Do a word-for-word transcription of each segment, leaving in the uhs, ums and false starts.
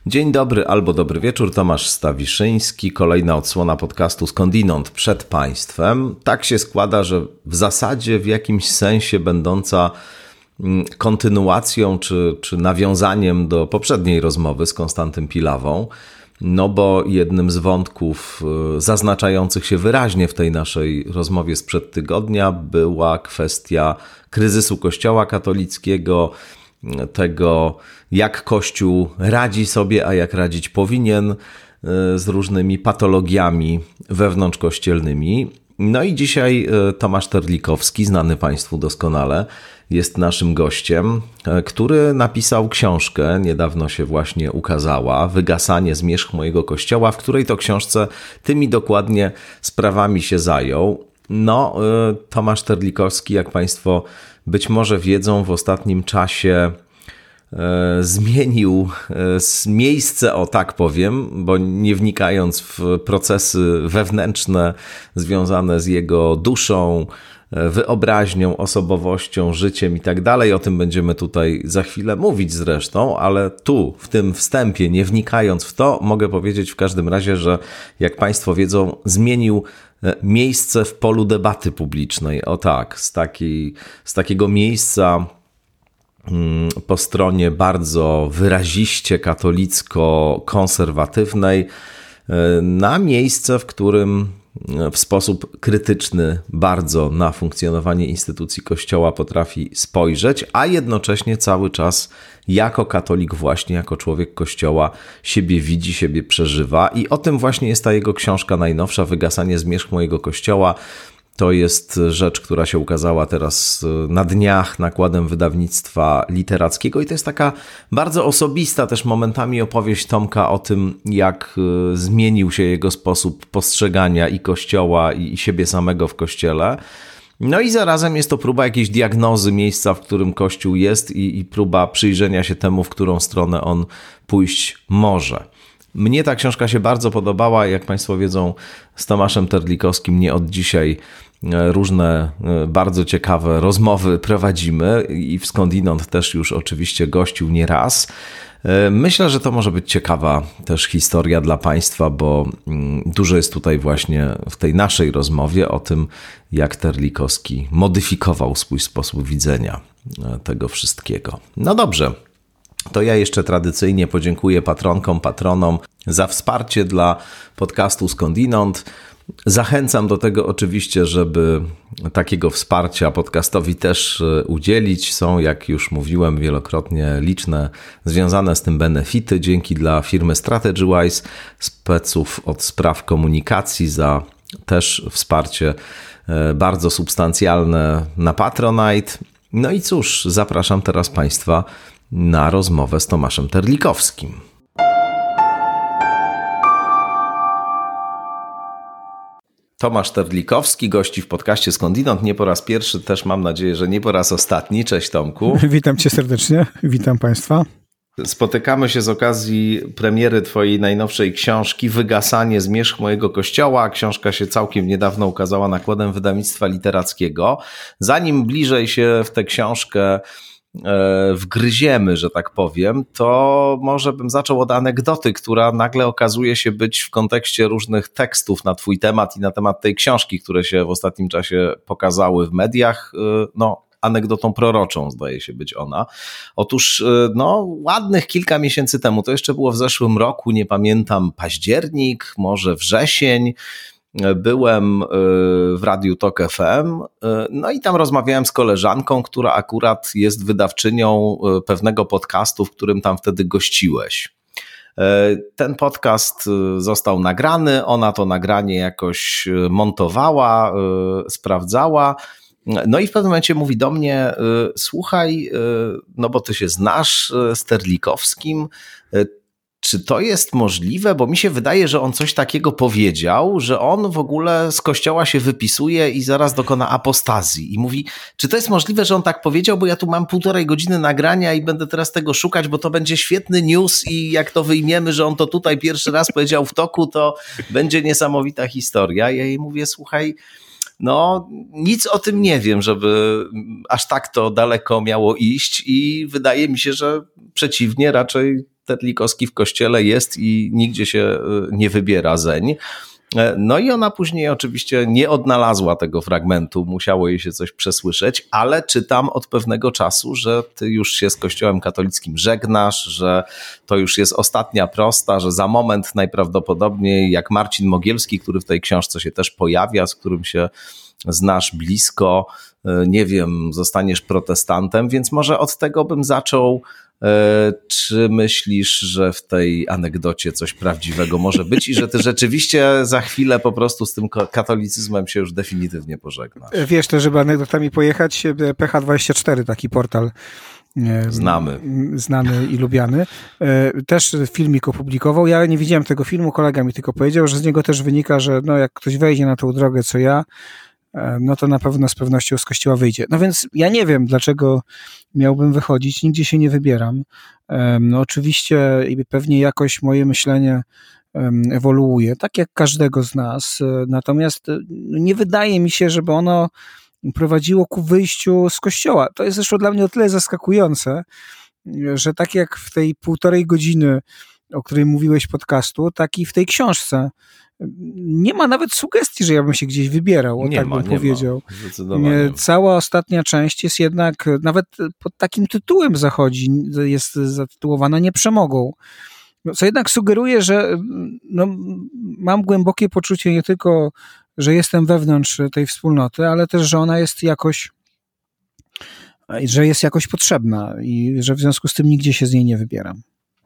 Dzień dobry albo dobry wieczór, Tomasz Stawiszyński, kolejna odsłona podcastu Skądinąd przed Państwem. Tak się składa, że w zasadzie w jakimś sensie będąca kontynuacją czy, czy nawiązaniem do poprzedniej rozmowy z Konstantym Pilawą, no bo jednym z wątków zaznaczających się wyraźnie w tej naszej rozmowie sprzed tygodnia była kwestia kryzysu Kościoła katolickiego, tego jak Kościół radzi sobie, a jak radzić powinien z różnymi patologiami wewnątrzkościelnymi. No i dzisiaj Tomasz Terlikowski, znany Państwu doskonale, jest naszym gościem, który napisał książkę, niedawno się właśnie ukazała, Wygasanie zmierzch mojego Kościoła, w której to książce tymi dokładnie sprawami się zajął. No, Tomasz Terlikowski, jak Państwo być może wiedzą, w ostatnim czasie zmienił miejsce, o tak powiem, bo nie wnikając w procesy wewnętrzne związane z jego duszą, wyobraźnią, osobowością, życiem i tak dalej. O tym będziemy tutaj za chwilę mówić zresztą, ale tu, w tym wstępie, nie wnikając w to, mogę powiedzieć w każdym razie, że jak Państwo wiedzą, zmienił miejsce w polu debaty publicznej. O tak, z, takiej, z takiego miejsca po stronie bardzo wyraziście katolicko-konserwatywnej na miejsce, w którym w sposób krytyczny bardzo na funkcjonowanie instytucji Kościoła potrafi spojrzeć, a jednocześnie cały czas jako katolik właśnie, jako człowiek Kościoła siebie widzi, siebie przeżywa i o tym właśnie jest ta jego książka najnowsza, Wygasanie zmierzch mojego Kościoła. To jest rzecz, która się ukazała teraz na dniach nakładem wydawnictwa literackiego i to jest taka bardzo osobista też momentami opowieść Tomka o tym, jak zmienił się jego sposób postrzegania i Kościoła i siebie samego w Kościele. No i zarazem jest to próba jakiejś diagnozy miejsca, w którym Kościół jest i, i próba przyjrzenia się temu, w którą stronę on pójść może. Mnie ta książka się bardzo podobała. Jak Państwo wiedzą, z Tomaszem Terlikowskim nie od dzisiaj różne bardzo ciekawe rozmowy prowadzimy i w Skądinąd też już oczywiście gościł nie raz. Myślę, że to może być ciekawa też historia dla Państwa, bo dużo jest tutaj właśnie w tej naszej rozmowie o tym, jak Terlikowski modyfikował swój sposób widzenia tego wszystkiego. No dobrze. To ja jeszcze tradycyjnie podziękuję patronkom, patronom za wsparcie dla podcastu Skądinąd. Zachęcam do tego oczywiście, żeby takiego wsparcia podcastowi też udzielić. Są, jak już mówiłem wielokrotnie, liczne związane z tym benefity. Dzięki dla firmy StrategyWise, speców od spraw komunikacji za też wsparcie bardzo substancjalne na Patronite. No i cóż, zapraszam teraz Państwa na rozmowę z Tomaszem Terlikowskim. Tomasz Terlikowski gości w podcaście Skądinąd. Nie po raz pierwszy, też mam nadzieję, że nie po raz ostatni. Cześć Tomku. Witam Cię serdecznie, witam Państwa. Spotykamy się z okazji premiery Twojej najnowszej książki Wygasanie zmierzch mojego Kościoła. Książka się całkiem niedawno ukazała nakładem wydawnictwa literackiego. Zanim bliżej się w tę książkę wgryziemy, że tak powiem, to może bym zaczął od anegdoty, która nagle okazuje się być w kontekście różnych tekstów na twój temat i na temat tej książki, które się w ostatnim czasie pokazały w mediach, no anegdotą proroczą zdaje się być ona. Otóż no ładnych kilka miesięcy temu, to jeszcze było w zeszłym roku, nie pamiętam, październik, może wrzesień, byłem w Radiu Tok F M, no i tam rozmawiałem z koleżanką, która akurat jest wydawczynią pewnego podcastu, w którym tam wtedy gościłeś. Ten podcast został nagrany, ona to nagranie jakoś montowała, sprawdzała, no i w pewnym momencie mówi do mnie: słuchaj, no bo ty się znasz z Terlikowskim, czy to jest możliwe? Bo mi się wydaje, że on coś takiego powiedział, że on w ogóle z Kościoła się wypisuje i zaraz dokona apostazji. I mówi, czy to jest możliwe, że on tak powiedział, bo ja tu mam półtorej godziny nagrania i będę teraz tego szukać, bo to będzie świetny news i jak to wyjmiemy, że on to tutaj pierwszy raz powiedział w toku, to będzie niesamowita historia. Ja jej mówię, słuchaj, no nic o tym nie wiem, żeby aż tak to daleko miało iść i wydaje mi się, że przeciwnie, raczej Terlikowski w kościele jest i nigdzie się nie wybiera zeń. No i ona później oczywiście nie odnalazła tego fragmentu, musiało jej się coś przesłyszeć, ale czytam od pewnego czasu, że ty już się z Kościołem katolickim żegnasz, że to już jest ostatnia prosta, że za moment najprawdopodobniej jak Marcin Mogielski, który w tej książce się też pojawia, z którym się znasz blisko, nie wiem, zostaniesz protestantem, więc może od tego bym zaczął. Czy myślisz, że w tej anegdocie coś prawdziwego może być i że ty rzeczywiście za chwilę po prostu z tym katolicyzmem się już definitywnie pożegnasz? Wiesz, to żeby anegdotami pojechać, P H dwadzieścia cztery, taki portal znany. znany i lubiany, też filmik opublikował. Ja nie widziałem tego filmu, kolega mi tylko powiedział, że z niego też wynika, że no jak ktoś wejdzie na tą drogę, co ja, no to na pewno z pewnością z kościoła wyjdzie. No więc ja nie wiem, dlaczego miałbym wychodzić, nigdzie się nie wybieram. No oczywiście pewnie jakoś moje myślenie ewoluuje, tak jak każdego z nas, natomiast nie wydaje mi się, żeby ono prowadziło ku wyjściu z kościoła. To jest zresztą dla mnie o tyle zaskakujące, że tak jak w tej półtorej godziny, o której mówiłeś podcastu, tak i w tej książce nie ma nawet sugestii, że ja bym się gdzieś wybierał, nie tak ma, bym nie powiedział. Ma. Zdecydowanie. Cała ostatnia część jest jednak, nawet pod takim tytułem zachodzi, jest zatytułowana Nie przemogą. Co jednak sugeruje, że no, mam głębokie poczucie nie tylko, że jestem wewnątrz tej wspólnoty, ale też, że ona jest jakoś, że jest jakoś potrzebna i że w związku z tym nigdzie się z niej nie wybieram.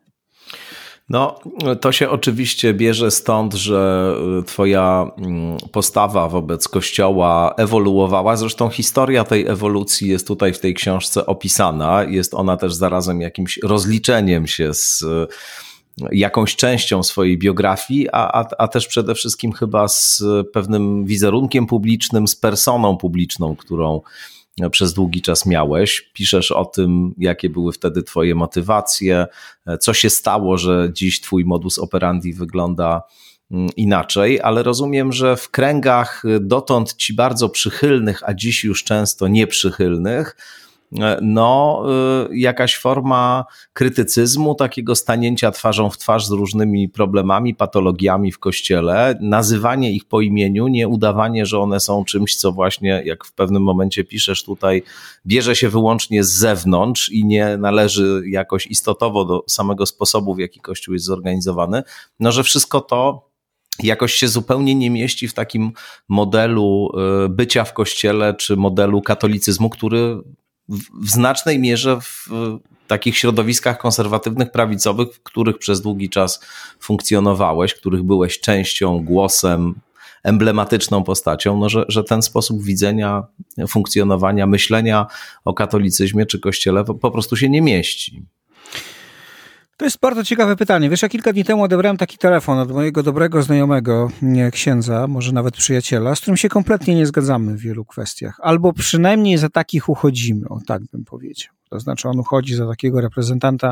No, to się oczywiście bierze stąd, że twoja postawa wobec Kościoła ewoluowała. Zresztą historia tej ewolucji jest tutaj w tej książce opisana. Jest ona też zarazem jakimś rozliczeniem się z jakąś częścią swojej biografii, a, a, a też przede wszystkim chyba z pewnym wizerunkiem publicznym, z personą publiczną, którą przez długi czas miałeś. Piszesz o tym, jakie były wtedy twoje motywacje, co się stało, że dziś twój modus operandi wygląda inaczej, ale rozumiem, że w kręgach dotąd ci bardzo przychylnych, a dziś już często nieprzychylnych, no jakaś forma krytycyzmu, takiego stanięcia twarzą w twarz z różnymi problemami, patologiami w Kościele, nazywanie ich po imieniu, nie udawanie, że one są czymś, co właśnie, jak w pewnym momencie piszesz tutaj, bierze się wyłącznie z zewnątrz i nie należy jakoś istotowo do samego sposobu, w jaki Kościół jest zorganizowany, no że wszystko to jakoś się zupełnie nie mieści w takim modelu bycia w Kościele, czy modelu katolicyzmu, który w znacznej mierze w takich środowiskach konserwatywnych, prawicowych, w których przez długi czas funkcjonowałeś, których byłeś częścią, głosem, emblematyczną postacią, no że, że ten sposób widzenia, funkcjonowania, myślenia o katolicyzmie czy Kościele po prostu się nie mieści. To jest bardzo ciekawe pytanie. Wiesz, ja kilka dni temu odebrałem taki telefon od mojego dobrego znajomego, nie, księdza, może nawet przyjaciela, z którym się kompletnie nie zgadzamy w wielu kwestiach. Albo przynajmniej za takich uchodzimy, o tak bym powiedział. To znaczy on uchodzi za takiego reprezentanta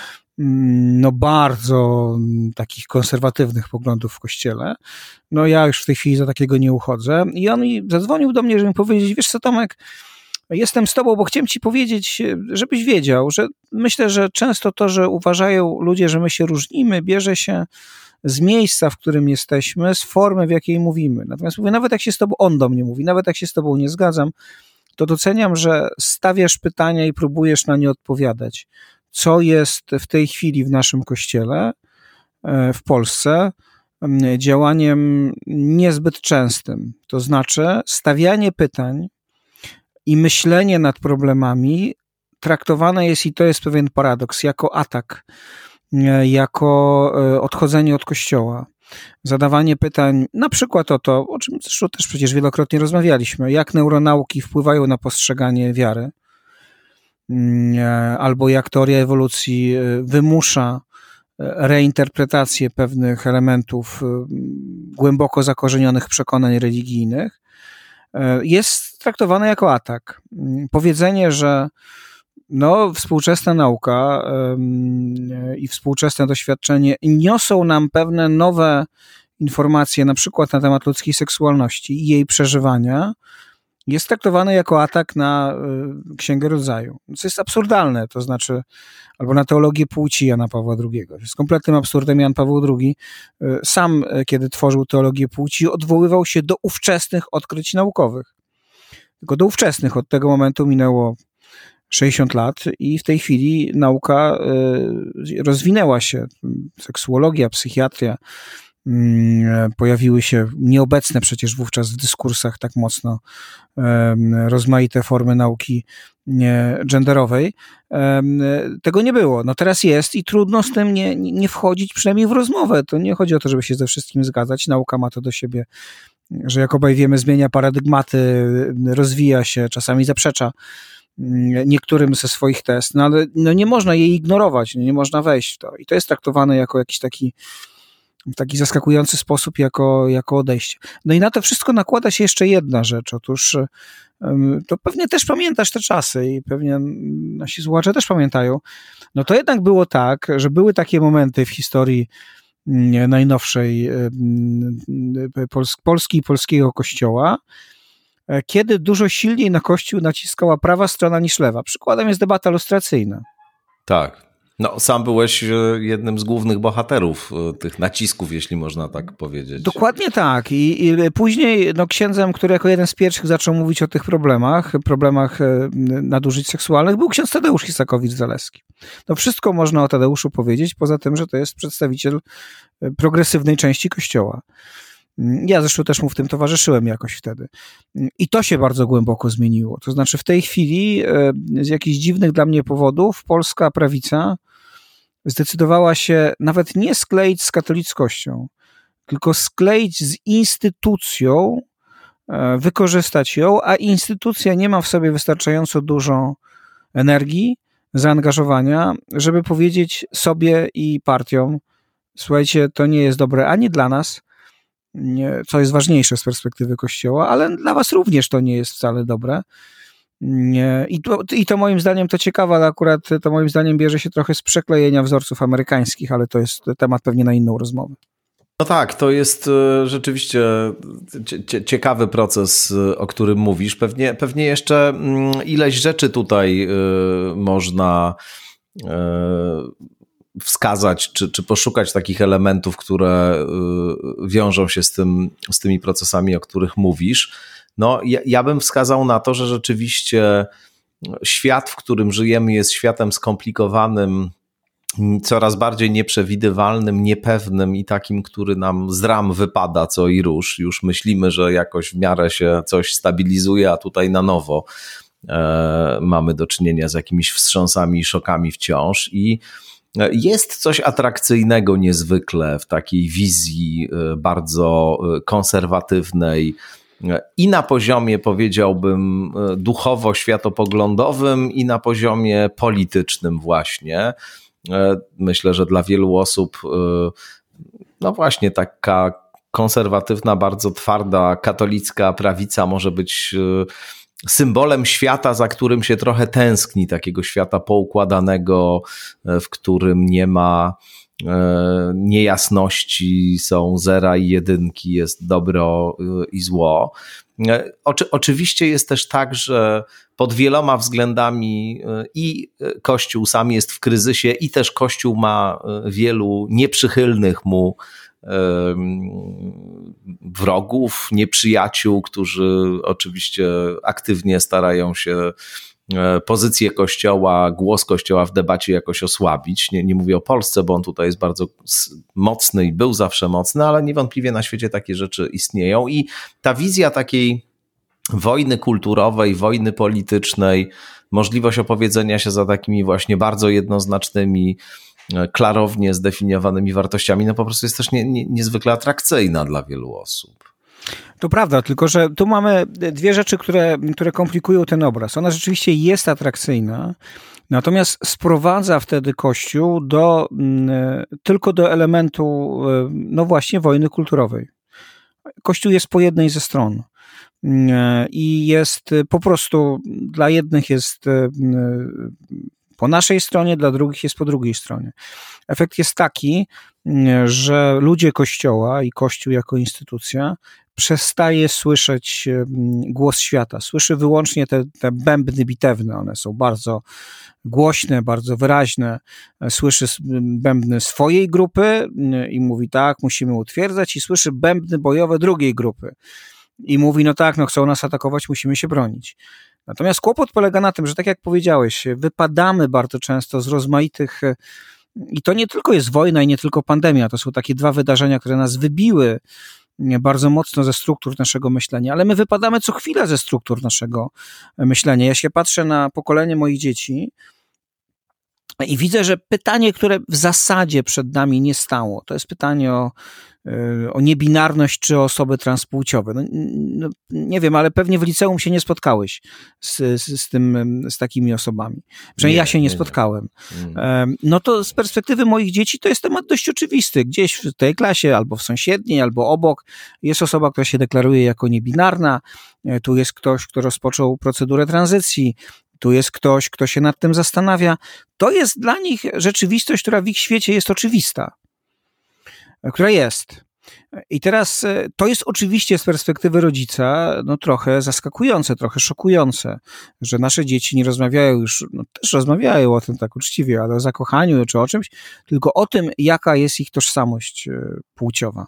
no bardzo takich konserwatywnych poglądów w Kościele. No ja już w tej chwili za takiego nie uchodzę. I on mi zadzwonił do mnie, żeby mi powiedzieć, wiesz co, Tomek, jestem z tobą, bo chciałem ci powiedzieć, żebyś wiedział, że myślę, że często to, że uważają ludzie, że my się różnimy, bierze się z miejsca, w którym jesteśmy, z formy, w jakiej mówimy. Natomiast mówię, nawet jak się z tobą, on do mnie mówi, nawet jak się z tobą nie zgadzam, to doceniam, że stawiasz pytania i próbujesz na nie odpowiadać. Co jest w tej chwili w naszym Kościele, w Polsce, działaniem niezbyt częstym. To znaczy stawianie pytań i myślenie nad problemami traktowane jest, i to jest pewien paradoks, jako atak, jako odchodzenie od Kościoła. Zadawanie pytań na przykład o to, o czym zresztą też przecież wielokrotnie rozmawialiśmy, jak neuronauki wpływają na postrzeganie wiary, albo jak teoria ewolucji wymusza reinterpretację pewnych elementów głęboko zakorzenionych przekonań religijnych, jest traktowane jako atak. Powiedzenie, że no, współczesna nauka i współczesne doświadczenie niosą nam pewne nowe informacje, na przykład na temat ludzkiej seksualności i jej przeżywania, jest traktowany jako atak na Księgę Rodzaju, co jest absurdalne, to znaczy, albo na teologię płci Jana Pawła drugiego. Jest kompletnym absurdem. Jan Paweł drugi sam, kiedy tworzył teologię płci, odwoływał się do ówczesnych odkryć naukowych. Tylko do ówczesnych, od tego momentu minęło sześćdziesiąt lat i w tej chwili nauka rozwinęła się. Seksuologia, psychiatria, pojawiły się nieobecne przecież wówczas w dyskursach tak mocno rozmaite formy nauki genderowej. Tego nie było. No teraz jest i trudno z tym nie, nie wchodzić przynajmniej w rozmowę. To nie chodzi o to, żeby się ze wszystkim zgadzać. Nauka ma to do siebie, że jak obaj wiemy, zmienia paradygmaty, rozwija się, czasami zaprzecza niektórym ze swoich tez, no ale no nie można jej ignorować, nie można wejść w to. I to jest traktowane jako jakiś taki w taki zaskakujący sposób jako, jako odejście. No i na to wszystko nakłada się jeszcze jedna rzecz. Otóż to pewnie też pamiętasz te czasy i pewnie nasi słuchacze też pamiętają. No to jednak było tak, że były takie momenty w historii najnowszej Polski i polskiego Kościoła, kiedy dużo silniej na Kościół naciskała prawa strona niż lewa. Przykładem jest debata lustracyjna. Tak. No, sam byłeś jednym z głównych bohaterów tych nacisków, jeśli można tak powiedzieć. Dokładnie tak. I, i później no, księdzem, który jako jeden z pierwszych zaczął mówić o tych problemach, problemach nadużyć seksualnych, był ksiądz Tadeusz Isakowicz-Zaleski. No, wszystko można o Tadeuszu powiedzieć, poza tym, że to jest przedstawiciel progresywnej części Kościoła. Ja zresztą też mu w tym towarzyszyłem jakoś wtedy. I to się bardzo głęboko zmieniło. To znaczy w tej chwili z jakichś dziwnych dla mnie powodów polska prawica zdecydowała się nawet nie skleić z katolickością, tylko skleić z instytucją, wykorzystać ją, a instytucja nie ma w sobie wystarczająco dużo energii, zaangażowania, żeby powiedzieć sobie i partiom: słuchajcie, to nie jest dobre ani dla nas, nie, co jest ważniejsze z perspektywy Kościoła, ale dla was również to nie jest wcale dobre. Nie, i, to, I to moim zdaniem to ciekawe, ale akurat to moim zdaniem bierze się trochę z przeklejenia wzorców amerykańskich, ale to jest temat pewnie na inną rozmowę. No tak, to jest rzeczywiście ciekawy proces, o którym mówisz. Pewnie, pewnie jeszcze ileś rzeczy tutaj można wskazać, czy, czy poszukać takich elementów, które wiążą się z tym, z tymi procesami, o których mówisz. No, ja, ja bym wskazał na to, że rzeczywiście świat, w którym żyjemy, jest światem skomplikowanym, coraz bardziej nieprzewidywalnym, niepewnym i takim, który nam z ram wypada co i rusz. Już myślimy, że jakoś w miarę się coś stabilizuje, a tutaj na nowo e, mamy do czynienia z jakimiś wstrząsami i szokami wciąż. I jest coś atrakcyjnego niezwykle w takiej wizji bardzo konserwatywnej i na poziomie, powiedziałbym, duchowo-światopoglądowym i na poziomie politycznym właśnie. Myślę, że dla wielu osób no właśnie taka konserwatywna, bardzo twarda, katolicka prawica może być symbolem świata, za którym się trochę tęskni, takiego świata poukładanego, w którym nie ma niejasności, są zera i jedynki, jest dobro i zło. Oczy, oczywiście jest też tak, że pod wieloma względami i Kościół sam jest w kryzysie, i też Kościół ma wielu nieprzychylnych mu wrogów, nieprzyjaciół, którzy oczywiście aktywnie starają się pozycję Kościoła, głos Kościoła w debacie jakoś osłabić. Nie, nie mówię o Polsce, bo on tutaj jest bardzo mocny i był zawsze mocny, ale niewątpliwie na świecie takie rzeczy istnieją i ta wizja takiej wojny kulturowej, wojny politycznej, możliwość opowiedzenia się za takimi właśnie bardzo jednoznacznymi, klarownie zdefiniowanymi wartościami, no po prostu jest też nie, nie, niezwykle atrakcyjna dla wielu osób. To prawda, tylko że tu mamy dwie rzeczy, które, które komplikują ten obraz. Ona rzeczywiście jest atrakcyjna, natomiast sprowadza wtedy Kościół do, tylko do elementu, no właśnie, wojny kulturowej. Kościół jest po jednej ze stron i jest po prostu, dla jednych jest po naszej stronie, dla drugich jest po drugiej stronie. Efekt jest taki, że ludzie Kościoła i Kościół jako instytucja przestaje słyszeć głos świata. Słyszy wyłącznie te, te bębny bitewne. One są bardzo głośne, bardzo wyraźne. Słyszy bębny swojej grupy i mówi tak, musimy utwierdzać, i słyszy bębny bojowe drugiej grupy. I mówi, no tak, no chcą nas atakować, musimy się bronić. Natomiast kłopot polega na tym, że tak jak powiedziałeś, wypadamy bardzo często z rozmaitych, i to nie tylko jest wojna i nie tylko pandemia, to są takie dwa wydarzenia, które nas wybiły bardzo mocno ze struktur naszego myślenia, ale my wypadamy co chwilę ze struktur naszego myślenia. Ja się patrzę na pokolenie moich dzieci i widzę, że pytanie, które w zasadzie przed nami nie stało, to jest pytanie o, o niebinarność czy osoby transpłciowe. No, no, nie wiem, ale pewnie w liceum się nie spotkałeś z, z, z, tym, z takimi osobami. Przynajmniej nie, ja się nie, nie spotkałem. Nie. No to z perspektywy moich dzieci to jest temat dość oczywisty. Gdzieś w tej klasie, albo w sąsiedniej, albo obok jest osoba, która się deklaruje jako niebinarna. Tu jest ktoś, kto rozpoczął procedurę tranzycji. Tu jest ktoś, kto się nad tym zastanawia. To jest dla nich rzeczywistość, która w ich świecie jest oczywista. Która jest. I teraz to jest oczywiście z perspektywy rodzica no trochę zaskakujące, trochę szokujące, że nasze dzieci nie rozmawiają już, no też rozmawiają o tym tak uczciwie, ale o zakochaniu czy o czymś, tylko o tym, jaka jest ich tożsamość płciowa.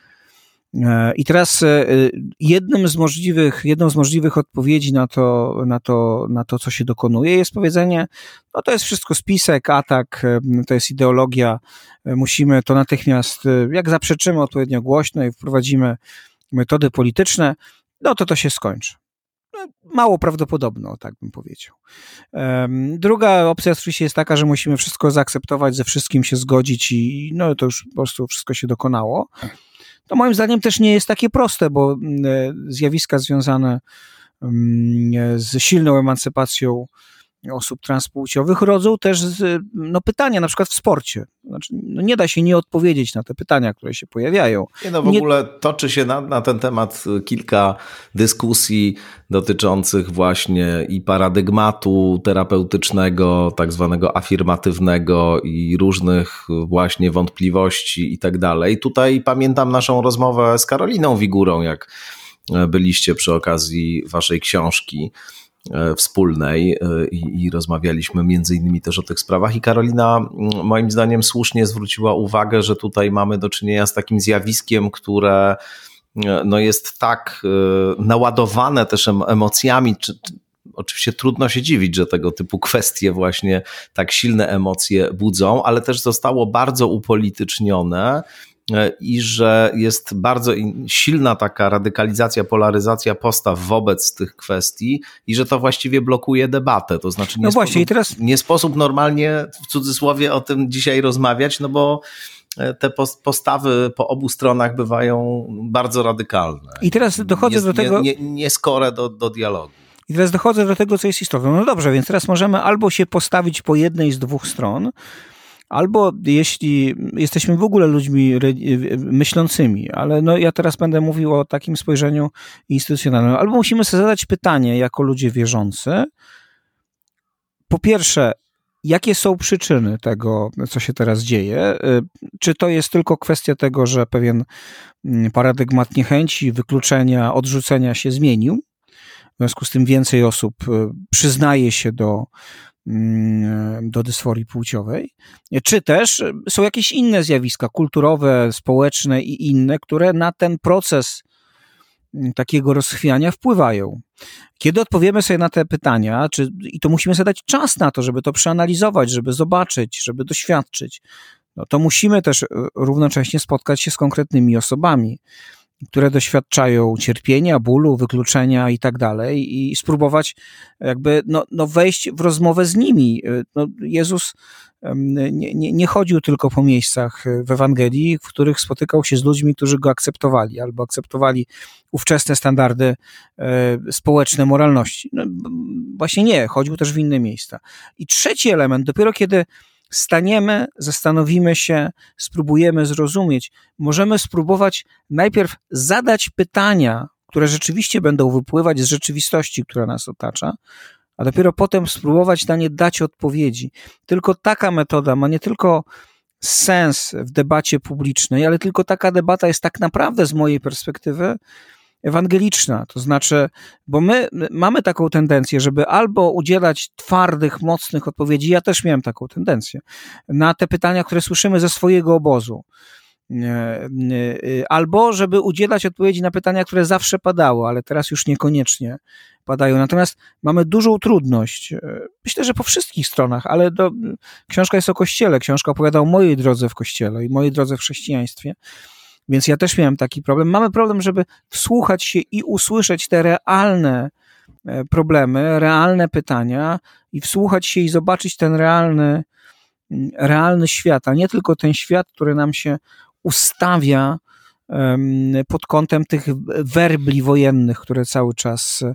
I teraz jednym z możliwych, jedną z możliwych odpowiedzi na to, na to, na to, co się dokonuje, jest powiedzenie, no to jest wszystko spisek, atak, to jest ideologia, musimy to natychmiast, jak zaprzeczymy odpowiednio głośno i wprowadzimy metody polityczne, no to to się skończy. Mało prawdopodobne, o tak bym powiedział. Druga opcja oczywiście jest taka, że musimy wszystko zaakceptować, ze wszystkim się zgodzić i no to już po prostu wszystko się dokonało. To moim zdaniem też nie jest takie proste, bo zjawiska związane z silną emancypacją osób transpłciowych rodzą też z, no, pytania, na przykład w sporcie. Znaczy, no, nie da się nie odpowiedzieć na te pytania, które się pojawiają. Nie, no w nie... ogóle toczy się na, na ten temat kilka dyskusji dotyczących właśnie i paradygmatu terapeutycznego, tak zwanego afirmatywnego i różnych właśnie wątpliwości i tak dalej. Tutaj pamiętam naszą rozmowę z Karoliną Wigurą, jak byliście przy okazji waszej książki wspólnej i, i rozmawialiśmy między innymi też o tych sprawach i Karolina moim zdaniem słusznie zwróciła uwagę, że tutaj mamy do czynienia z takim zjawiskiem, które no jest tak naładowane też emocjami, czy, czy, oczywiście trudno się dziwić, że tego typu kwestie właśnie tak silne emocje budzą, ale też zostało bardzo upolitycznione i że jest bardzo silna taka radykalizacja, polaryzacja postaw wobec tych kwestii i że to właściwie blokuje debatę. To znaczy nie, no właśnie, sposób, i teraz... nie sposób normalnie w cudzysłowie o tym dzisiaj rozmawiać, no bo te postawy po obu stronach bywają bardzo radykalne. I teraz dochodzę nie, do tego... Nie, nie, nie skore do, do dialogu. I teraz dochodzę do tego, co jest istotne. No dobrze, więc teraz możemy albo się postawić po jednej z dwóch stron, albo jeśli jesteśmy w ogóle ludźmi myślącymi, ale no ja teraz będę mówił o takim spojrzeniu instytucjonalnym, albo musimy sobie zadać pytanie jako ludzie wierzący, po pierwsze, jakie są przyczyny tego, co się teraz dzieje? Czy to jest tylko kwestia tego, że pewien paradygmat niechęci, wykluczenia, odrzucenia się zmienił? W związku z tym więcej osób przyznaje się do do dysforii płciowej, czy też są jakieś inne zjawiska kulturowe, społeczne i inne, które na ten proces takiego rozchwiania wpływają. Kiedy odpowiemy sobie na te pytania, czy, i to musimy sobie dać czas na to, żeby to przeanalizować, żeby zobaczyć, żeby doświadczyć, no to musimy też równocześnie spotkać się z konkretnymi osobami, które doświadczają cierpienia, bólu, wykluczenia i tak dalej i spróbować jakby no, no wejść w rozmowę z nimi. No, Jezus nie, nie, nie chodził tylko po miejscach w Ewangelii, w których spotykał się z ludźmi, którzy go akceptowali albo akceptowali ówczesne standardy społeczne moralności. No, właśnie nie, chodził też w inne miejsca. I trzeci element, dopiero kiedy staniemy, zastanowimy się, spróbujemy zrozumieć. Możemy spróbować najpierw zadać pytania, które rzeczywiście będą wypływać z rzeczywistości, która nas otacza, a dopiero potem spróbować na nie dać odpowiedzi. Tylko taka metoda ma nie tylko sens w debacie publicznej, ale tylko taka debata jest tak naprawdę z mojej perspektywy ewangeliczna. To znaczy, bo my mamy taką tendencję, żeby albo udzielać twardych, mocnych odpowiedzi, ja też miałem taką tendencję, na te pytania, które słyszymy ze swojego obozu. Albo żeby udzielać odpowiedzi na pytania, które zawsze padały, ale teraz już niekoniecznie padają. Natomiast mamy dużą trudność, myślę, że po wszystkich stronach, ale do, książka jest o Kościele, książka opowiada o mojej drodze w Kościele i mojej drodze w chrześcijaństwie, więc ja też miałem taki problem. Mamy problem, żeby wsłuchać się i usłyszeć te realne problemy, realne pytania i wsłuchać się i zobaczyć ten realny, realny świat, a nie tylko ten świat, który nam się ustawia pod kątem tych werbli wojennych, które cały czas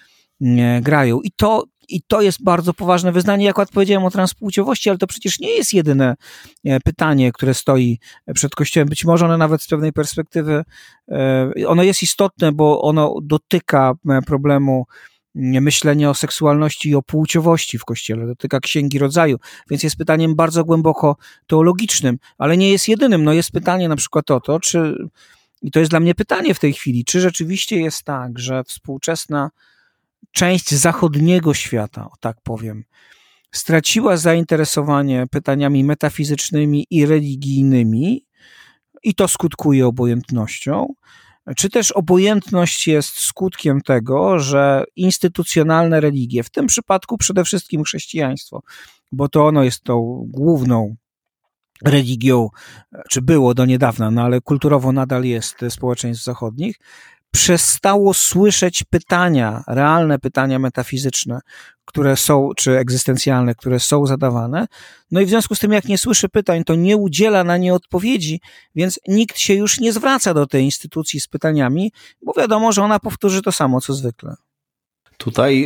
grają. I to, i to jest bardzo poważne wyznanie, jak odpowiedziałem o transpłciowości, ale to przecież nie jest jedyne pytanie, które stoi przed Kościołem. Być może ono nawet z pewnej perspektywy, ono jest istotne, bo ono dotyka problemu myślenia o seksualności i o płciowości w Kościele, dotyka Księgi Rodzaju, więc jest pytaniem bardzo głęboko teologicznym, ale nie jest jedynym. No jest pytanie na przykład o to, czy, i to jest dla mnie pytanie w tej chwili, czy rzeczywiście jest tak, że współczesna część zachodniego świata, o tak powiem, straciła zainteresowanie pytaniami metafizycznymi i religijnymi i to skutkuje obojętnością, czy też obojętność jest skutkiem tego, że instytucjonalne religie, w tym przypadku przede wszystkim chrześcijaństwo, bo to ono jest tą główną religią, czy było do niedawna, no ale kulturowo nadal jest społeczeństw zachodnich, przestało słyszeć pytania, realne pytania metafizyczne, które są, czy egzystencjalne, które są zadawane. No i w związku z tym, jak nie słyszy pytań, to nie udziela na nie odpowiedzi, więc nikt się już nie zwraca do tej instytucji z pytaniami, bo wiadomo, że ona powtórzy to samo, co zwykle. Tutaj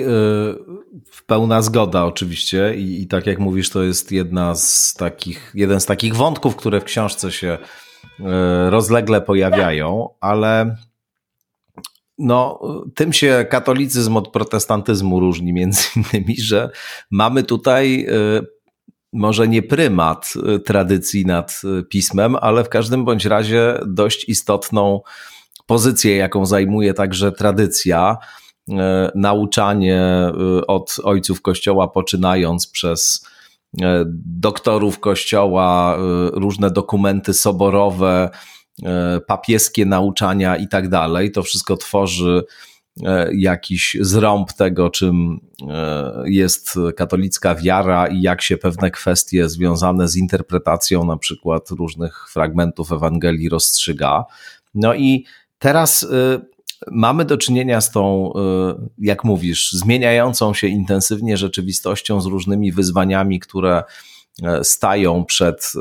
yy, pełna zgoda oczywiście i, i tak jak mówisz, to jest jedna z takich, jeden z takich wątków, które w książce się yy, rozlegle pojawiają, ale no, tym się katolicyzm od protestantyzmu różni między innymi, że mamy tutaj może nie prymat tradycji nad pismem, ale w każdym bądź razie dość istotną pozycję, jaką zajmuje także tradycja, nauczanie od ojców Kościoła, poczynając przez doktorów Kościoła, różne dokumenty soborowe, papieskie nauczania i tak dalej. To wszystko tworzy jakiś zrąb tego, czym jest katolicka wiara i jak się pewne kwestie związane z interpretacją na przykład różnych fragmentów Ewangelii rozstrzyga. No i teraz mamy do czynienia z tą, jak mówisz, zmieniającą się intensywnie rzeczywistością, z różnymi wyzwaniami, które stają przed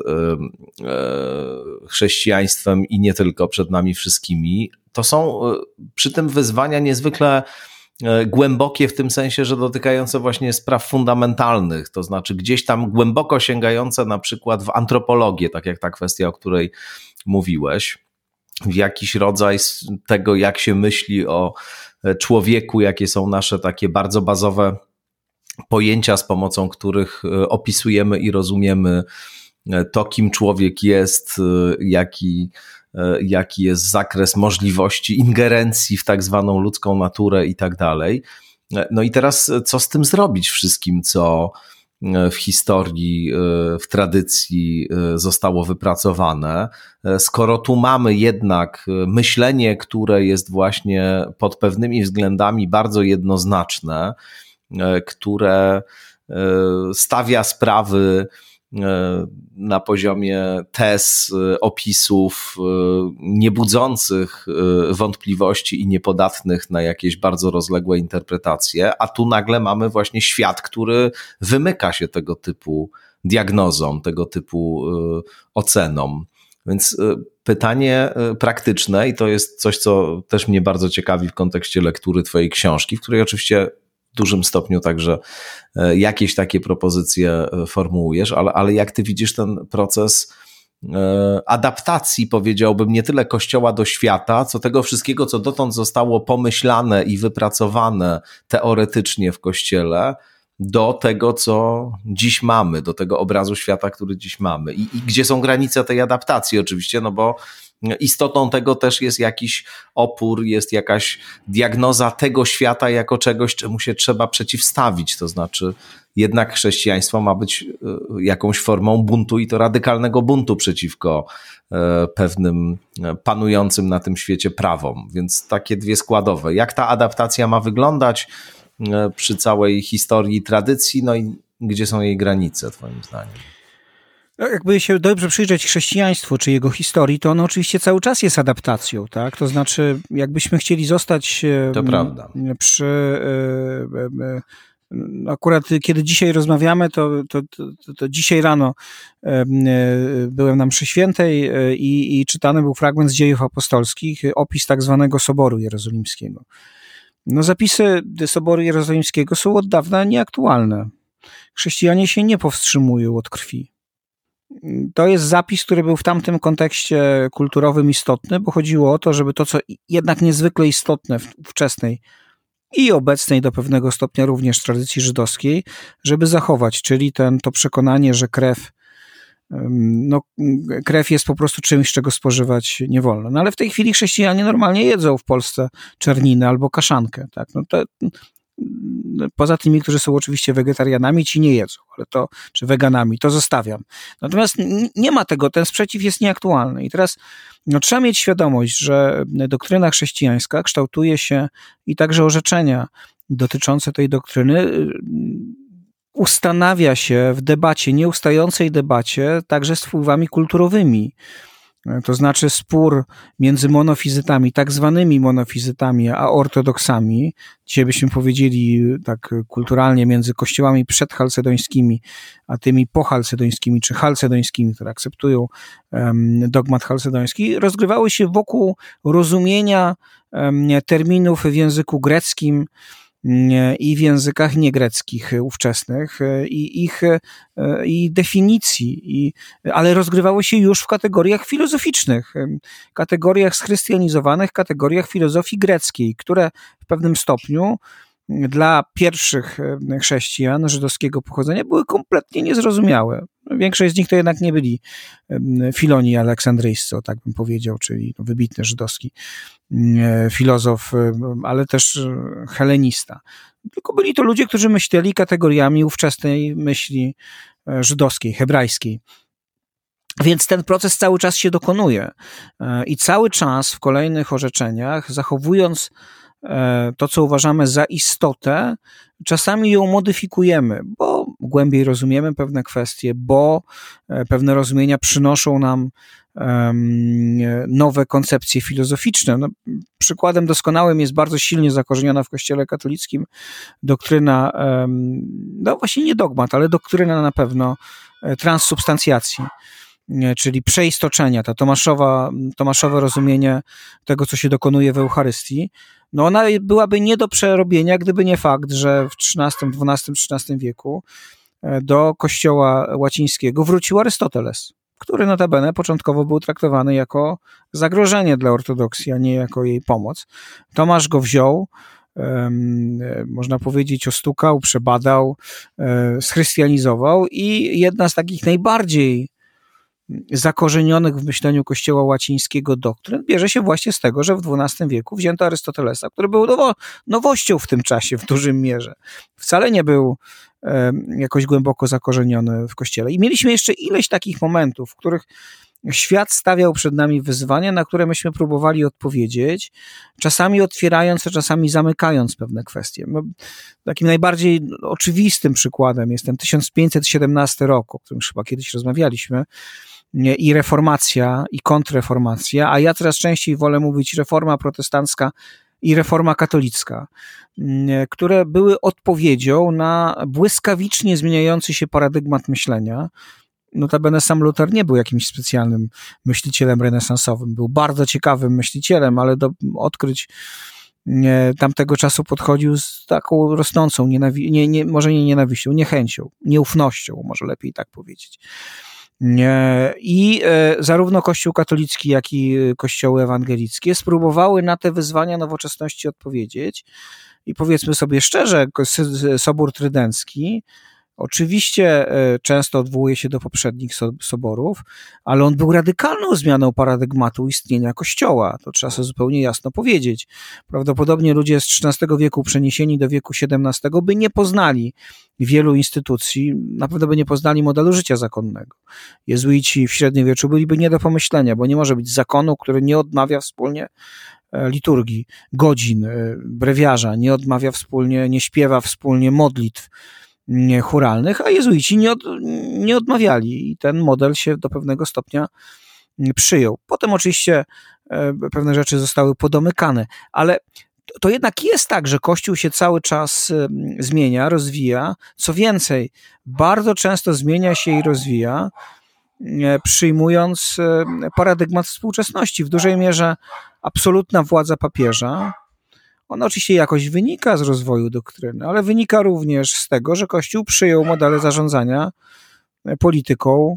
chrześcijaństwem i nie tylko, przed nami wszystkimi. To są przy tym wyzwania niezwykle głębokie w tym sensie, że dotykające właśnie spraw fundamentalnych, to znaczy gdzieś tam głęboko sięgające na przykład w antropologię, tak jak ta kwestia, o której mówiłeś, w jakiś rodzaj tego, jak się myśli o człowieku, jakie są nasze takie bardzo bazowe pojęcia, z pomocą których opisujemy i rozumiemy to, kim człowiek jest, jaki, jaki jest zakres możliwości ingerencji w tak zwaną ludzką naturę i tak dalej. No i teraz co z tym zrobić wszystkim, co w historii, w tradycji zostało wypracowane, skoro tu mamy jednak myślenie, które jest właśnie pod pewnymi względami bardzo jednoznaczne, które stawia sprawy na poziomie tez, opisów niebudzących wątpliwości i niepodatnych na jakieś bardzo rozległe interpretacje, a tu nagle mamy właśnie świat, który wymyka się tego typu diagnozom, tego typu ocenom. Więc pytanie praktyczne, i to jest coś, co też mnie bardzo ciekawi w kontekście lektury twojej książki, w której oczywiście w dużym stopniu także jakieś takie propozycje formułujesz, ale, ale jak ty widzisz ten proces adaptacji, powiedziałbym, nie tyle Kościoła do świata, co tego wszystkiego, co dotąd zostało pomyślane i wypracowane teoretycznie w Kościele, do tego, co dziś mamy, do tego obrazu świata, który dziś mamy. I, i gdzie są granice tej adaptacji oczywiście, no bo istotą tego też jest jakiś opór, jest jakaś diagnoza tego świata jako czegoś, czemu się trzeba przeciwstawić. To znaczy jednak chrześcijaństwo ma być jakąś formą buntu i to radykalnego buntu przeciwko pewnym panującym na tym świecie prawom. Więc takie dwie składowe. Jak ta adaptacja ma wyglądać przy całej historii i tradycji, no i gdzie są jej granice, twoim zdaniem? Jakby się dobrze przyjrzeć chrześcijaństwu czy jego historii, to ono oczywiście cały czas jest adaptacją, tak? To znaczy, jakbyśmy chcieli zostać to prawda. przy... Akurat kiedy dzisiaj rozmawiamy, to, to, to, to dzisiaj rano byłem na mszy świętej i, i czytany był fragment z Dziejów Apostolskich, opis tak zwanego Soboru Jerozolimskiego. No, zapisy Soboru Jerozolimskiego są od dawna nieaktualne. Chrześcijanie się nie powstrzymują od krwi. To jest zapis, który był w tamtym kontekście kulturowym istotny, bo chodziło o to, żeby to, co jednak niezwykle istotne w wczesnej i obecnej do pewnego stopnia również tradycji żydowskiej, żeby zachować, czyli ten, to przekonanie, że krew, no, krew jest po prostu czymś, czego spożywać nie wolno. No ale w tej chwili chrześcijanie normalnie jedzą w Polsce czerniny albo kaszankę. Tak? No to, poza tymi, którzy są oczywiście wegetarianami, ci nie jedzą, ale to, czy weganami, to zostawiam. Natomiast nie ma tego, ten sprzeciw jest nieaktualny. I teraz no, trzeba mieć świadomość, że doktryna chrześcijańska kształtuje się i także orzeczenia dotyczące tej doktryny ustanawia się w debacie, nieustającej debacie, także z wpływami kulturowymi. To znaczy spór między monofizytami, tak zwanymi monofizytami, a ortodoksami, dzisiaj byśmy powiedzieli tak kulturalnie między kościołami przedchalcedońskimi, a tymi pochalcedońskimi czy chalcedońskimi, które akceptują um, dogmat chalcedoński, rozgrywały się wokół rozumienia um, terminów w języku greckim i w językach niegreckich ówczesnych i ich i definicji, i, ale rozgrywało się już w kategoriach filozoficznych, kategoriach schrystianizowanych, kategoriach filozofii greckiej, które w pewnym stopniu dla pierwszych chrześcijan żydowskiego pochodzenia były kompletnie niezrozumiałe. Większość z nich to jednak nie byli Filonii aleksandryjscy, tak bym powiedział, czyli wybitny żydowski filozof, ale też helenista. Tylko byli to ludzie, którzy myśleli kategoriami ówczesnej myśli żydowskiej, hebrajskiej. Więc ten proces cały czas się dokonuje i cały czas w kolejnych orzeczeniach, zachowując to, co uważamy za istotę, czasami ją modyfikujemy, bo głębiej rozumiemy pewne kwestie, bo pewne rozumienia przynoszą nam nowe koncepcje filozoficzne. No, przykładem doskonałym jest bardzo silnie zakorzeniona w Kościele katolickim doktryna, no właśnie nie dogmat, ale doktryna na pewno transsubstancjacji, czyli przeistoczenia, ta Tomaszowa, Tomaszowe rozumienie tego, co się dokonuje w Eucharystii, no ona byłaby nie do przerobienia, gdyby nie fakt, że w trzynastym, dwunastym, trzynastym wieku do kościoła łacińskiego wrócił Arystoteles, który notabene początkowo był traktowany jako zagrożenie dla ortodoksji, a nie jako jej pomoc. Tomasz go wziął, um, można powiedzieć ostukał, przebadał, um, schrystianizował i jedna z takich najbardziej zakorzenionych w myśleniu Kościoła łacińskiego doktryn bierze się właśnie z tego, że w dwunastym wieku wzięto Arystotelesa, który był nowo, nowością w tym czasie w dużym mierze. Wcale nie był e, jakoś głęboko zakorzeniony w Kościele. I mieliśmy jeszcze ileś takich momentów, w których świat stawiał przed nami wyzwania, na które myśmy próbowali odpowiedzieć, czasami otwierając, a czasami zamykając pewne kwestie. No, takim najbardziej oczywistym przykładem jest ten tysiąc pięćset siedemnasty rok, o którym już chyba kiedyś rozmawialiśmy, i reformacja, i kontrreformacja, a ja coraz częściej wolę mówić reforma protestancka i reforma katolicka, które były odpowiedzią na błyskawicznie zmieniający się paradygmat myślenia. Notabene sam Luter nie był jakimś specjalnym myślicielem renesansowym, był bardzo ciekawym myślicielem, ale do odkryć tamtego czasu podchodził z taką rosnącą, nienawi- nie, nie, może nie nienawiścią, niechęcią, nieufnością, może lepiej tak powiedzieć. I zarówno Kościół katolicki, jak i kościoły ewangelickie spróbowały na te wyzwania nowoczesności odpowiedzieć. I powiedzmy sobie szczerze, Sobór Trydencki oczywiście często odwołuje się do poprzednich soborów, ale on był radykalną zmianą paradygmatu istnienia Kościoła. To trzeba sobie zupełnie jasno powiedzieć. Prawdopodobnie ludzie z trzynastego wieku przeniesieni do wieku siedemnastego by nie poznali wielu instytucji, na pewno by nie poznali modelu życia zakonnego. Jezuici w średniowieczu byliby nie do pomyślenia, bo nie może być zakonu, który nie odmawia wspólnie liturgii, godzin, brewiarza, nie odmawia wspólnie, nie śpiewa wspólnie modlitw chóralnych, a jezuici nie, od, nie odmawiali i ten model się do pewnego stopnia przyjął. Potem oczywiście pewne rzeczy zostały podomykane, ale to jednak jest tak, że Kościół się cały czas zmienia, rozwija. Co więcej, bardzo często zmienia się i rozwija, przyjmując paradygmat współczesności. W dużej mierze absolutna władza papieża, ona oczywiście jakoś wynika z rozwoju doktryny, ale wynika również z tego, że Kościół przyjął modele zarządzania polityką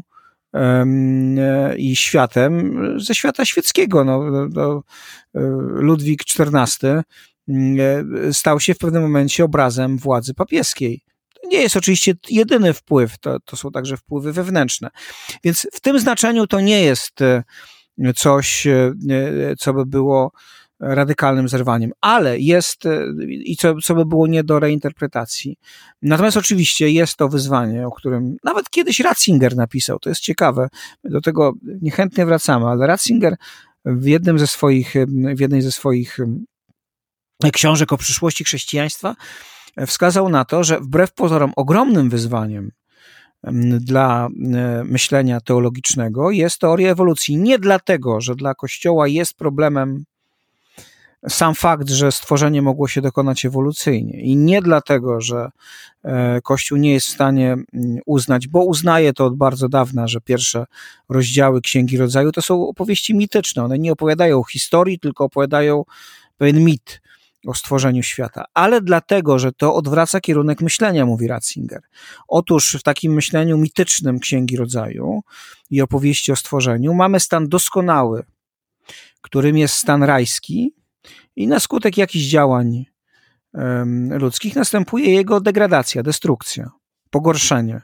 i światem ze świata świeckiego. No, no, Ludwik czternasty stał się w pewnym momencie obrazem władzy papieskiej. To nie jest oczywiście jedyny wpływ, to, to są także wpływy wewnętrzne. Więc w tym znaczeniu to nie jest coś, co by było radykalnym zerwaniem, ale jest i co, co by było nie do reinterpretacji. Natomiast oczywiście jest to wyzwanie, o którym nawet kiedyś Ratzinger napisał, to jest ciekawe, do tego niechętnie wracamy, ale Ratzinger w jednym ze swoich, w jednej ze swoich książek o przyszłości chrześcijaństwa wskazał na to, że wbrew pozorom ogromnym wyzwaniem dla myślenia teologicznego jest teoria ewolucji. Nie dlatego, że dla Kościoła jest problemem sam fakt, że stworzenie mogło się dokonać ewolucyjnie i nie dlatego, że Kościół nie jest w stanie uznać, bo uznaje to od bardzo dawna, że pierwsze rozdziały Księgi Rodzaju to są opowieści mityczne. One nie opowiadają o historii, tylko opowiadają pewien mit o stworzeniu świata, ale dlatego, że to odwraca kierunek myślenia, mówi Ratzinger. Otóż w takim myśleniu mitycznym Księgi Rodzaju i opowieści o stworzeniu mamy stan doskonały, którym jest stan rajski, i na skutek jakichś działań um, ludzkich następuje jego degradacja, destrukcja, pogorszenie.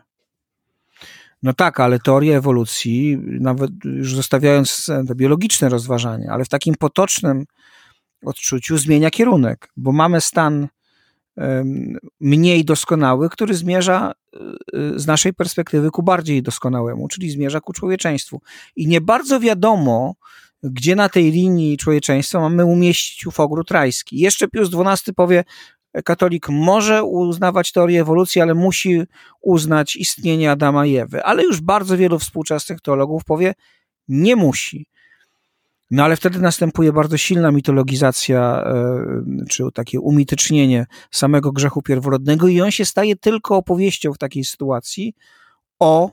No tak, ale teoria ewolucji, nawet już zostawiając te biologiczne rozważania, ale w takim potocznym odczuciu zmienia kierunek, bo mamy stan um, mniej doskonały, który zmierza z naszej perspektywy ku bardziej doskonałemu, czyli zmierza ku człowieczeństwu. I nie bardzo wiadomo, gdzie na tej linii człowieczeństwa mamy umieścić ów ogród rajski. Jeszcze Pius dwunasty powie, katolik może uznawać teorię ewolucji, ale musi uznać istnienie Adama i Ewy. Ale już bardzo wielu współczesnych teologów powie, nie musi. No ale wtedy następuje bardzo silna mitologizacja, czy takie umitycznienie samego grzechu pierworodnego i on się staje tylko opowieścią w takiej sytuacji o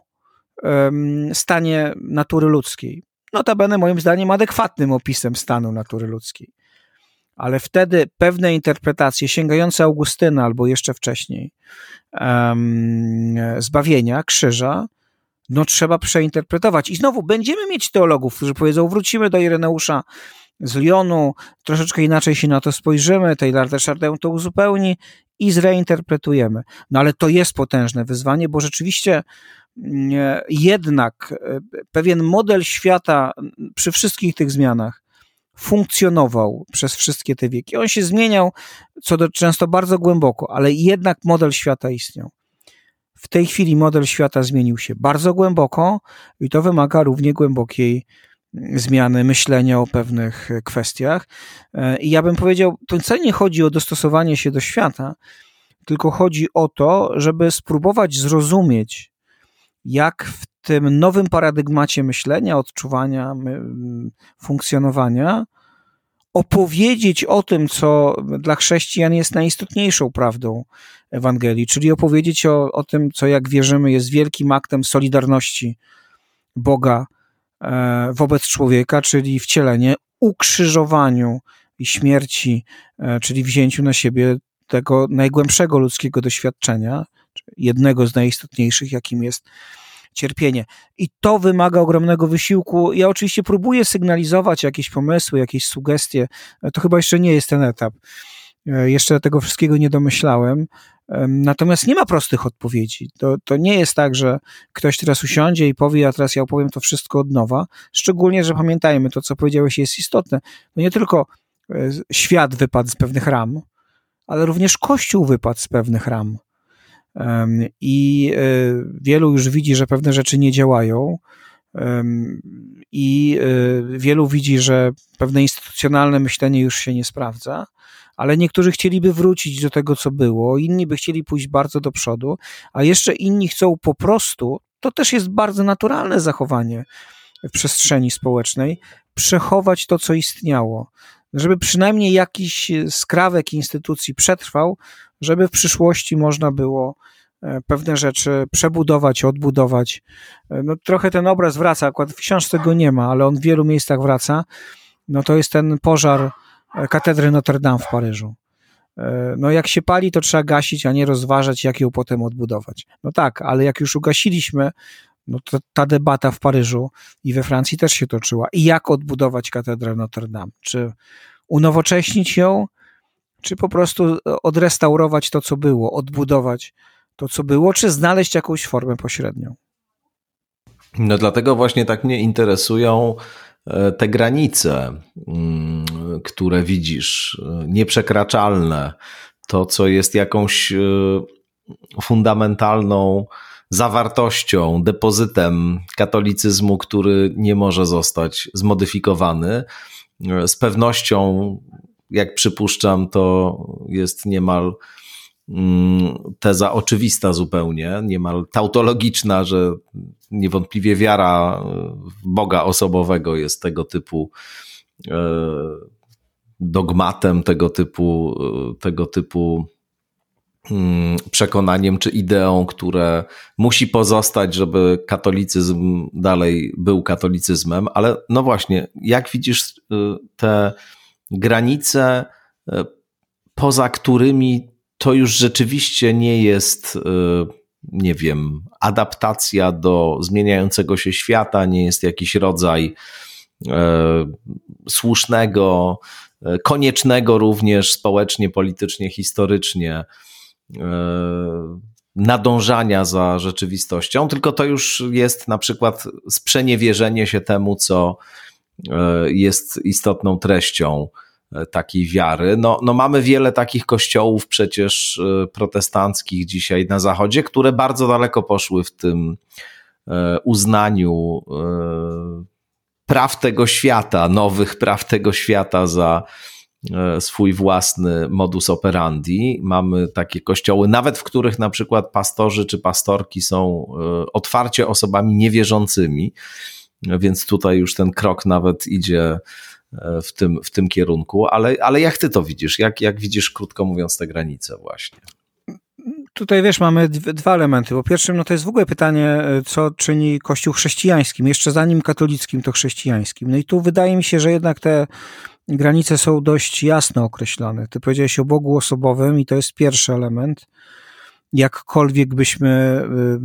stanie natury ludzkiej. Notabene moim zdaniem adekwatnym opisem stanu natury ludzkiej. Ale wtedy pewne interpretacje sięgające Augustyna albo jeszcze wcześniej um, zbawienia, krzyża, no trzeba przeinterpretować. I znowu będziemy mieć teologów, którzy powiedzą, wrócimy do Ireneusza z Lyonu, troszeczkę inaczej się na to spojrzymy, Teilhard de Chardin to uzupełni i zreinterpretujemy. No ale to jest potężne wyzwanie, bo rzeczywiście jednak pewien model świata przy wszystkich tych zmianach funkcjonował przez wszystkie te wieki. On się zmieniał co do często bardzo głęboko, ale jednak model świata istniał. W tej chwili model świata zmienił się bardzo głęboko i to wymaga równie głębokiej zmiany myślenia o pewnych kwestiach. I ja bym powiedział, to wcale nie chodzi o dostosowanie się do świata, tylko chodzi o to, żeby spróbować zrozumieć, jak w tym nowym paradygmacie myślenia, odczuwania, funkcjonowania opowiedzieć o tym, co dla chrześcijan jest najistotniejszą prawdą Ewangelii, czyli opowiedzieć o, o tym, co jak wierzymy jest wielkim aktem solidarności Boga e, wobec człowieka, czyli wcielenie, ukrzyżowaniu i śmierci, e, czyli wzięciu na siebie tego najgłębszego ludzkiego doświadczenia, jednego z najistotniejszych, jakim jest cierpienie. I to wymaga ogromnego wysiłku. Ja oczywiście próbuję sygnalizować jakieś pomysły, jakieś sugestie. To chyba jeszcze nie jest ten etap. Jeszcze tego wszystkiego nie domyślałem. Natomiast nie ma prostych odpowiedzi. To, to nie jest tak, że ktoś teraz usiądzie i powie, a teraz ja opowiem to wszystko od nowa. Szczególnie, że pamiętajmy, to co powiedziałeś jest istotne. No nie tylko świat wypadł z pewnych ram, ale również Kościół wypadł z pewnych ram. I wielu już widzi, że pewne rzeczy nie działają i wielu widzi, że pewne instytucjonalne myślenie już się nie sprawdza, ale niektórzy chcieliby wrócić do tego, co było, inni by chcieli pójść bardzo do przodu, a jeszcze inni chcą po prostu, to też jest bardzo naturalne zachowanie w przestrzeni społecznej, przechować to, co istniało, żeby przynajmniej jakiś skrawek instytucji przetrwał, żeby w przyszłości można było pewne rzeczy przebudować, odbudować. No, trochę ten obraz wraca, akurat w książce go nie ma, ale on w wielu miejscach wraca. No to jest ten pożar katedry Notre Dame w Paryżu. No jak się pali, to trzeba gasić, a nie rozważać, jak ją potem odbudować. No tak, ale jak już ugasiliśmy, no to ta debata w Paryżu i we Francji też się toczyła. I jak odbudować katedrę Notre Dame? Czy unowocześnić ją, czy po prostu odrestaurować to, co było, odbudować to, co było, czy znaleźć jakąś formę pośrednią? No dlatego właśnie tak mnie interesują te granice, które widzisz, nieprzekraczalne, to, co jest jakąś fundamentalną zawartością, depozytem katolicyzmu, który nie może zostać zmodyfikowany. Z pewnością, jak przypuszczam, to jest niemal teza oczywista zupełnie, niemal tautologiczna, że niewątpliwie wiara w Boga osobowego jest tego typu dogmatem, tego typu, tego typu przekonaniem czy ideą, które musi pozostać, żeby katolicyzm dalej był katolicyzmem. Ale no właśnie, jak widzisz te granice, poza którymi to już rzeczywiście nie jest, nie wiem, adaptacja do zmieniającego się świata, nie jest jakiś rodzaj słusznego, koniecznego również społecznie, politycznie, historycznie nadążania za rzeczywistością, tylko to już jest na przykład sprzeniewierzenie się temu, co jest istotną treścią takiej wiary. No, no mamy wiele takich kościołów przecież protestanckich dzisiaj na Zachodzie, które bardzo daleko poszły w tym uznaniu praw tego świata, nowych praw tego świata za swój własny modus operandi. Mamy takie kościoły, nawet w których na przykład pastorzy czy pastorki są otwarcie osobami niewierzącymi, więc tutaj już ten krok nawet idzie w tym, w tym kierunku, ale, ale jak ty to widzisz? Jak, jak widzisz, krótko mówiąc, te granice właśnie? Tutaj wiesz, mamy dwa elementy. Po pierwsze, no to jest w ogóle pytanie, co czyni Kościół chrześcijańskim, jeszcze zanim katolickim, to chrześcijańskim. No i tu wydaje mi się, że jednak te granice są dość jasno określone. Ty powiedziałeś o Bogu osobowym i to jest pierwszy element. Jakkolwiek byśmy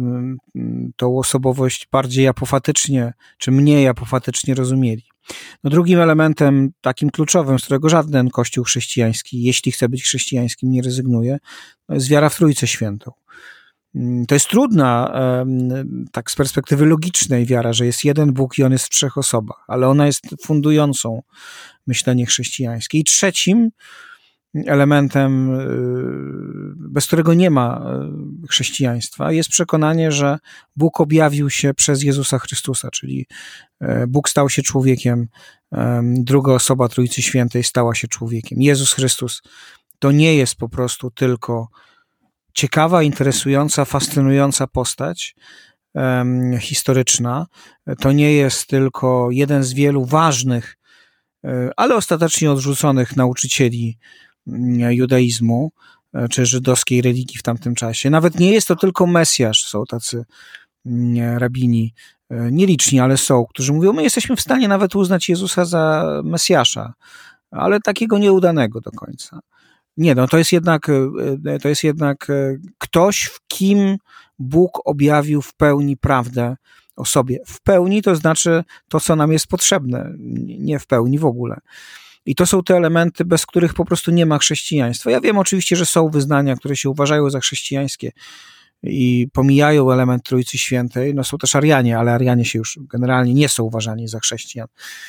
tą osobowość bardziej apofatycznie, czy mniej apofatycznie rozumieli. No drugim elementem takim kluczowym, z którego żaden kościół chrześcijański, jeśli chce być chrześcijańskim, nie rezygnuje, to jest wiara w Trójcę Świętą. To jest trudna, tak z perspektywy logicznej wiara, że jest jeden Bóg i On jest w trzech osobach, ale ona jest fundującą myślenie chrześcijańskie. I trzecim elementem, bez którego nie ma chrześcijaństwa, jest przekonanie, że Bóg objawił się przez Jezusa Chrystusa, czyli Bóg stał się człowiekiem, druga osoba Trójcy Świętej stała się człowiekiem. Jezus Chrystus to nie jest po prostu tylko ciekawa, interesująca, fascynująca postać um, historyczna. To nie jest tylko jeden z wielu ważnych, ale ostatecznie odrzuconych nauczycieli judaizmu czy żydowskiej religii w tamtym czasie. Nawet nie jest to tylko Mesjasz, są tacy rabini, nieliczni, ale są, którzy mówią, my jesteśmy w stanie nawet uznać Jezusa za Mesjasza, ale takiego nieudanego do końca. Nie, no to jest jednak, to jest jednak ktoś, w kim Bóg objawił w pełni prawdę o sobie. W pełni to znaczy to, co nam jest potrzebne, nie w pełni w ogóle. I to są te elementy, bez których po prostu nie ma chrześcijaństwa. Ja wiem oczywiście, że są wyznania, które się uważają za chrześcijańskie i pomijają element Trójcy Świętej. No są też Arianie, ale Arianie się już generalnie nie są uważani za chrześcijan.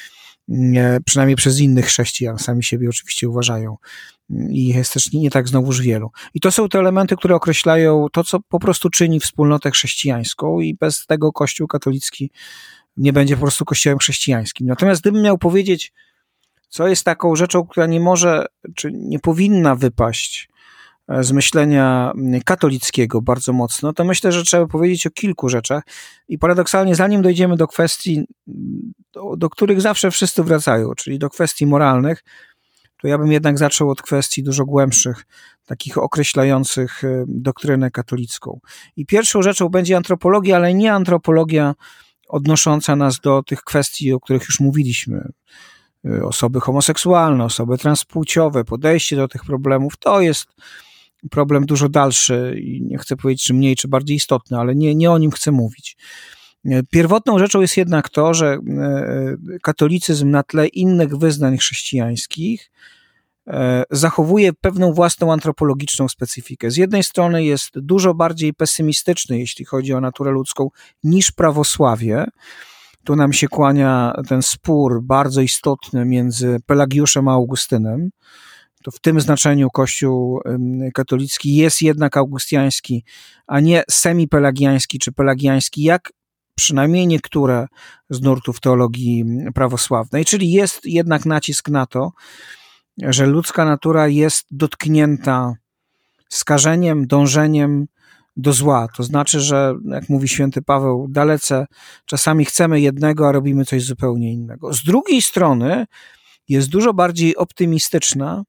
Nie, przynajmniej przez innych chrześcijan, sami siebie oczywiście uważają. I jest też nie, nie tak znowuż wielu. I to są te elementy, które określają to, co po prostu czyni wspólnotę chrześcijańską i bez tego Kościół katolicki nie będzie po prostu kościołem chrześcijańskim. Natomiast gdybym miał powiedzieć, co jest taką rzeczą, która nie może, czy nie powinna wypaść z myślenia katolickiego bardzo mocno, to myślę, że trzeba powiedzieć o kilku rzeczach i paradoksalnie zanim dojdziemy do kwestii, do, do których zawsze wszyscy wracają, czyli do kwestii moralnych, to ja bym jednak zaczął od kwestii dużo głębszych, takich określających doktrynę katolicką. I pierwszą rzeczą będzie antropologia, ale nie antropologia odnosząca nas do tych kwestii, o których już mówiliśmy. Osoby homoseksualne, osoby transpłciowe, podejście do tych problemów, to jest problem dużo dalszy i nie chcę powiedzieć, czy mniej, czy bardziej istotny, ale nie, nie o nim chcę mówić. Pierwotną rzeczą jest jednak to, że katolicyzm na tle innych wyznań chrześcijańskich zachowuje pewną własną antropologiczną specyfikę. Z jednej strony jest dużo bardziej pesymistyczny, jeśli chodzi o naturę ludzką, niż prawosławie. Tu nam się kłania ten spór bardzo istotny między Pelagiuszem a Augustynem. To w tym znaczeniu Kościół katolicki jest jednak augustiański, a nie semipelagiański czy pelagiański, jak przynajmniej niektóre z nurtów teologii prawosławnej. Czyli jest jednak nacisk na to, że ludzka natura jest dotknięta skażeniem, dążeniem do zła. To znaczy, że jak mówi święty Paweł, dalece czasami chcemy jednego, a robimy coś zupełnie innego. Z drugiej strony jest dużo bardziej optymistyczna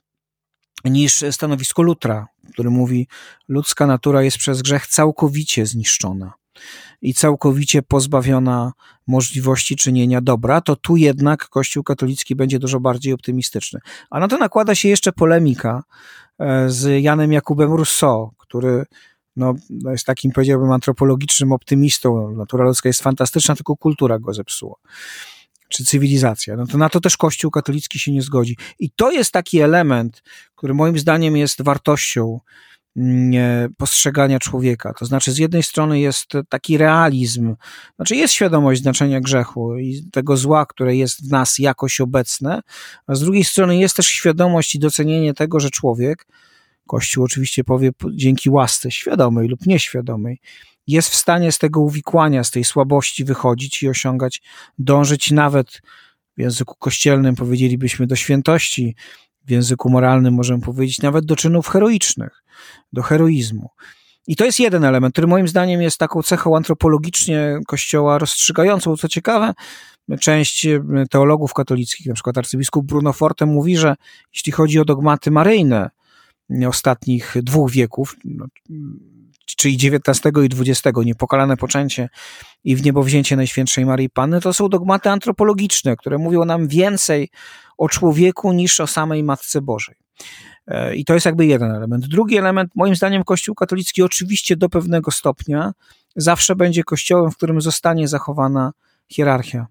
niż stanowisko Lutra, który mówi, ludzka natura jest przez grzech całkowicie zniszczona i całkowicie pozbawiona możliwości czynienia dobra, to tu jednak Kościół katolicki będzie dużo bardziej optymistyczny. A na to nakłada się jeszcze polemika z Janem Jakubem Rousseau, który no, no jest takim, powiedziałbym, antropologicznym optymistą. Natura ludzka jest fantastyczna, tylko kultura go zepsuła. Czy cywilizacja. No to na to też Kościół katolicki się nie zgodzi. I to jest taki element, który moim zdaniem jest wartością postrzegania człowieka. To znaczy z jednej strony jest taki realizm, znaczy jest świadomość znaczenia grzechu i tego zła, które jest w nas jakoś obecne, a z drugiej strony jest też świadomość i docenienie tego, że człowiek, Kościół oczywiście powie dzięki łasce świadomej lub nieświadomej, jest w stanie z tego uwikłania, z tej słabości wychodzić i osiągać, dążyć nawet w języku kościelnym powiedzielibyśmy do świętości, w języku moralnym możemy powiedzieć nawet do czynów heroicznych, do heroizmu. I to jest jeden element, który moim zdaniem jest taką cechą antropologicznie Kościoła rozstrzygającą. Co ciekawe, część teologów katolickich, na przykład arcybiskup Bruno Forte mówi, że jeśli chodzi o dogmaty maryjne ostatnich dwóch wieków, czyli dziewiętnastego i dwudziestego, niepokalane poczęcie i wniebowzięcie Najświętszej Maryi Panny, to są dogmaty antropologiczne, które mówią nam więcej o człowieku niż o samej Matce Bożej. I to jest jakby jeden element. Drugi element, moim zdaniem Kościół katolicki oczywiście do pewnego stopnia zawsze będzie kościołem, w którym zostanie zachowana hierarchia.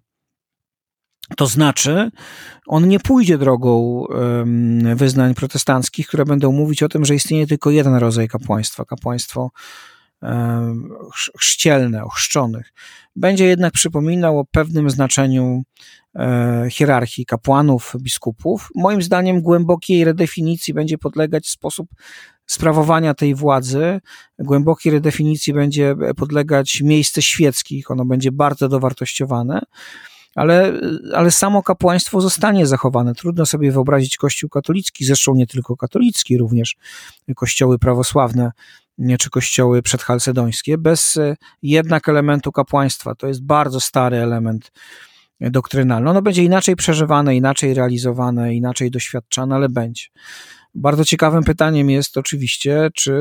To znaczy, on nie pójdzie drogą um, wyznań protestanckich, które będą mówić o tym, że istnieje tylko jeden rodzaj kapłaństwa, kapłaństwo um, chrzcielne, ochrzczonych. Będzie jednak przypominał o pewnym znaczeniu e, hierarchii kapłanów, biskupów. Moim zdaniem głębokiej redefinicji będzie podlegać sposób sprawowania tej władzy, głębokiej redefinicji będzie podlegać miejsce świeckich, ono będzie bardzo dowartościowane. Ale, ale samo kapłaństwo zostanie zachowane. Trudno sobie wyobrazić Kościół katolicki, zresztą nie tylko katolicki, również kościoły prawosławne czy kościoły przedchalcedońskie, bez jednak elementu kapłaństwa. To jest bardzo stary element doktrynalny. Ono będzie inaczej przeżywane, inaczej realizowane, inaczej doświadczane, ale będzie. Bardzo ciekawym pytaniem jest oczywiście, czy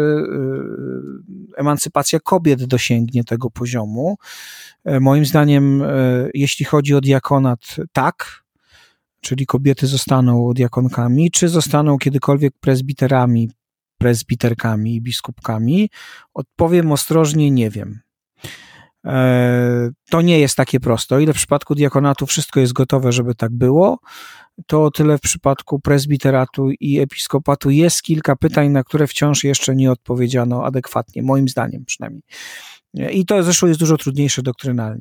emancypacja kobiet dosięgnie tego poziomu. Moim zdaniem, jeśli chodzi o diakonat, tak, czyli kobiety zostaną diakonkami, czy zostaną kiedykolwiek prezbiterami, prezbiterkami i biskupkami? Odpowiem ostrożnie, nie wiem. To nie jest takie proste. O ile w przypadku diakonatu wszystko jest gotowe, żeby tak było, to o tyle w przypadku prezbiteratu i episkopatu jest kilka pytań, na które wciąż jeszcze nie odpowiedziano adekwatnie, moim zdaniem przynajmniej. I to zresztą jest dużo trudniejsze doktrynalnie.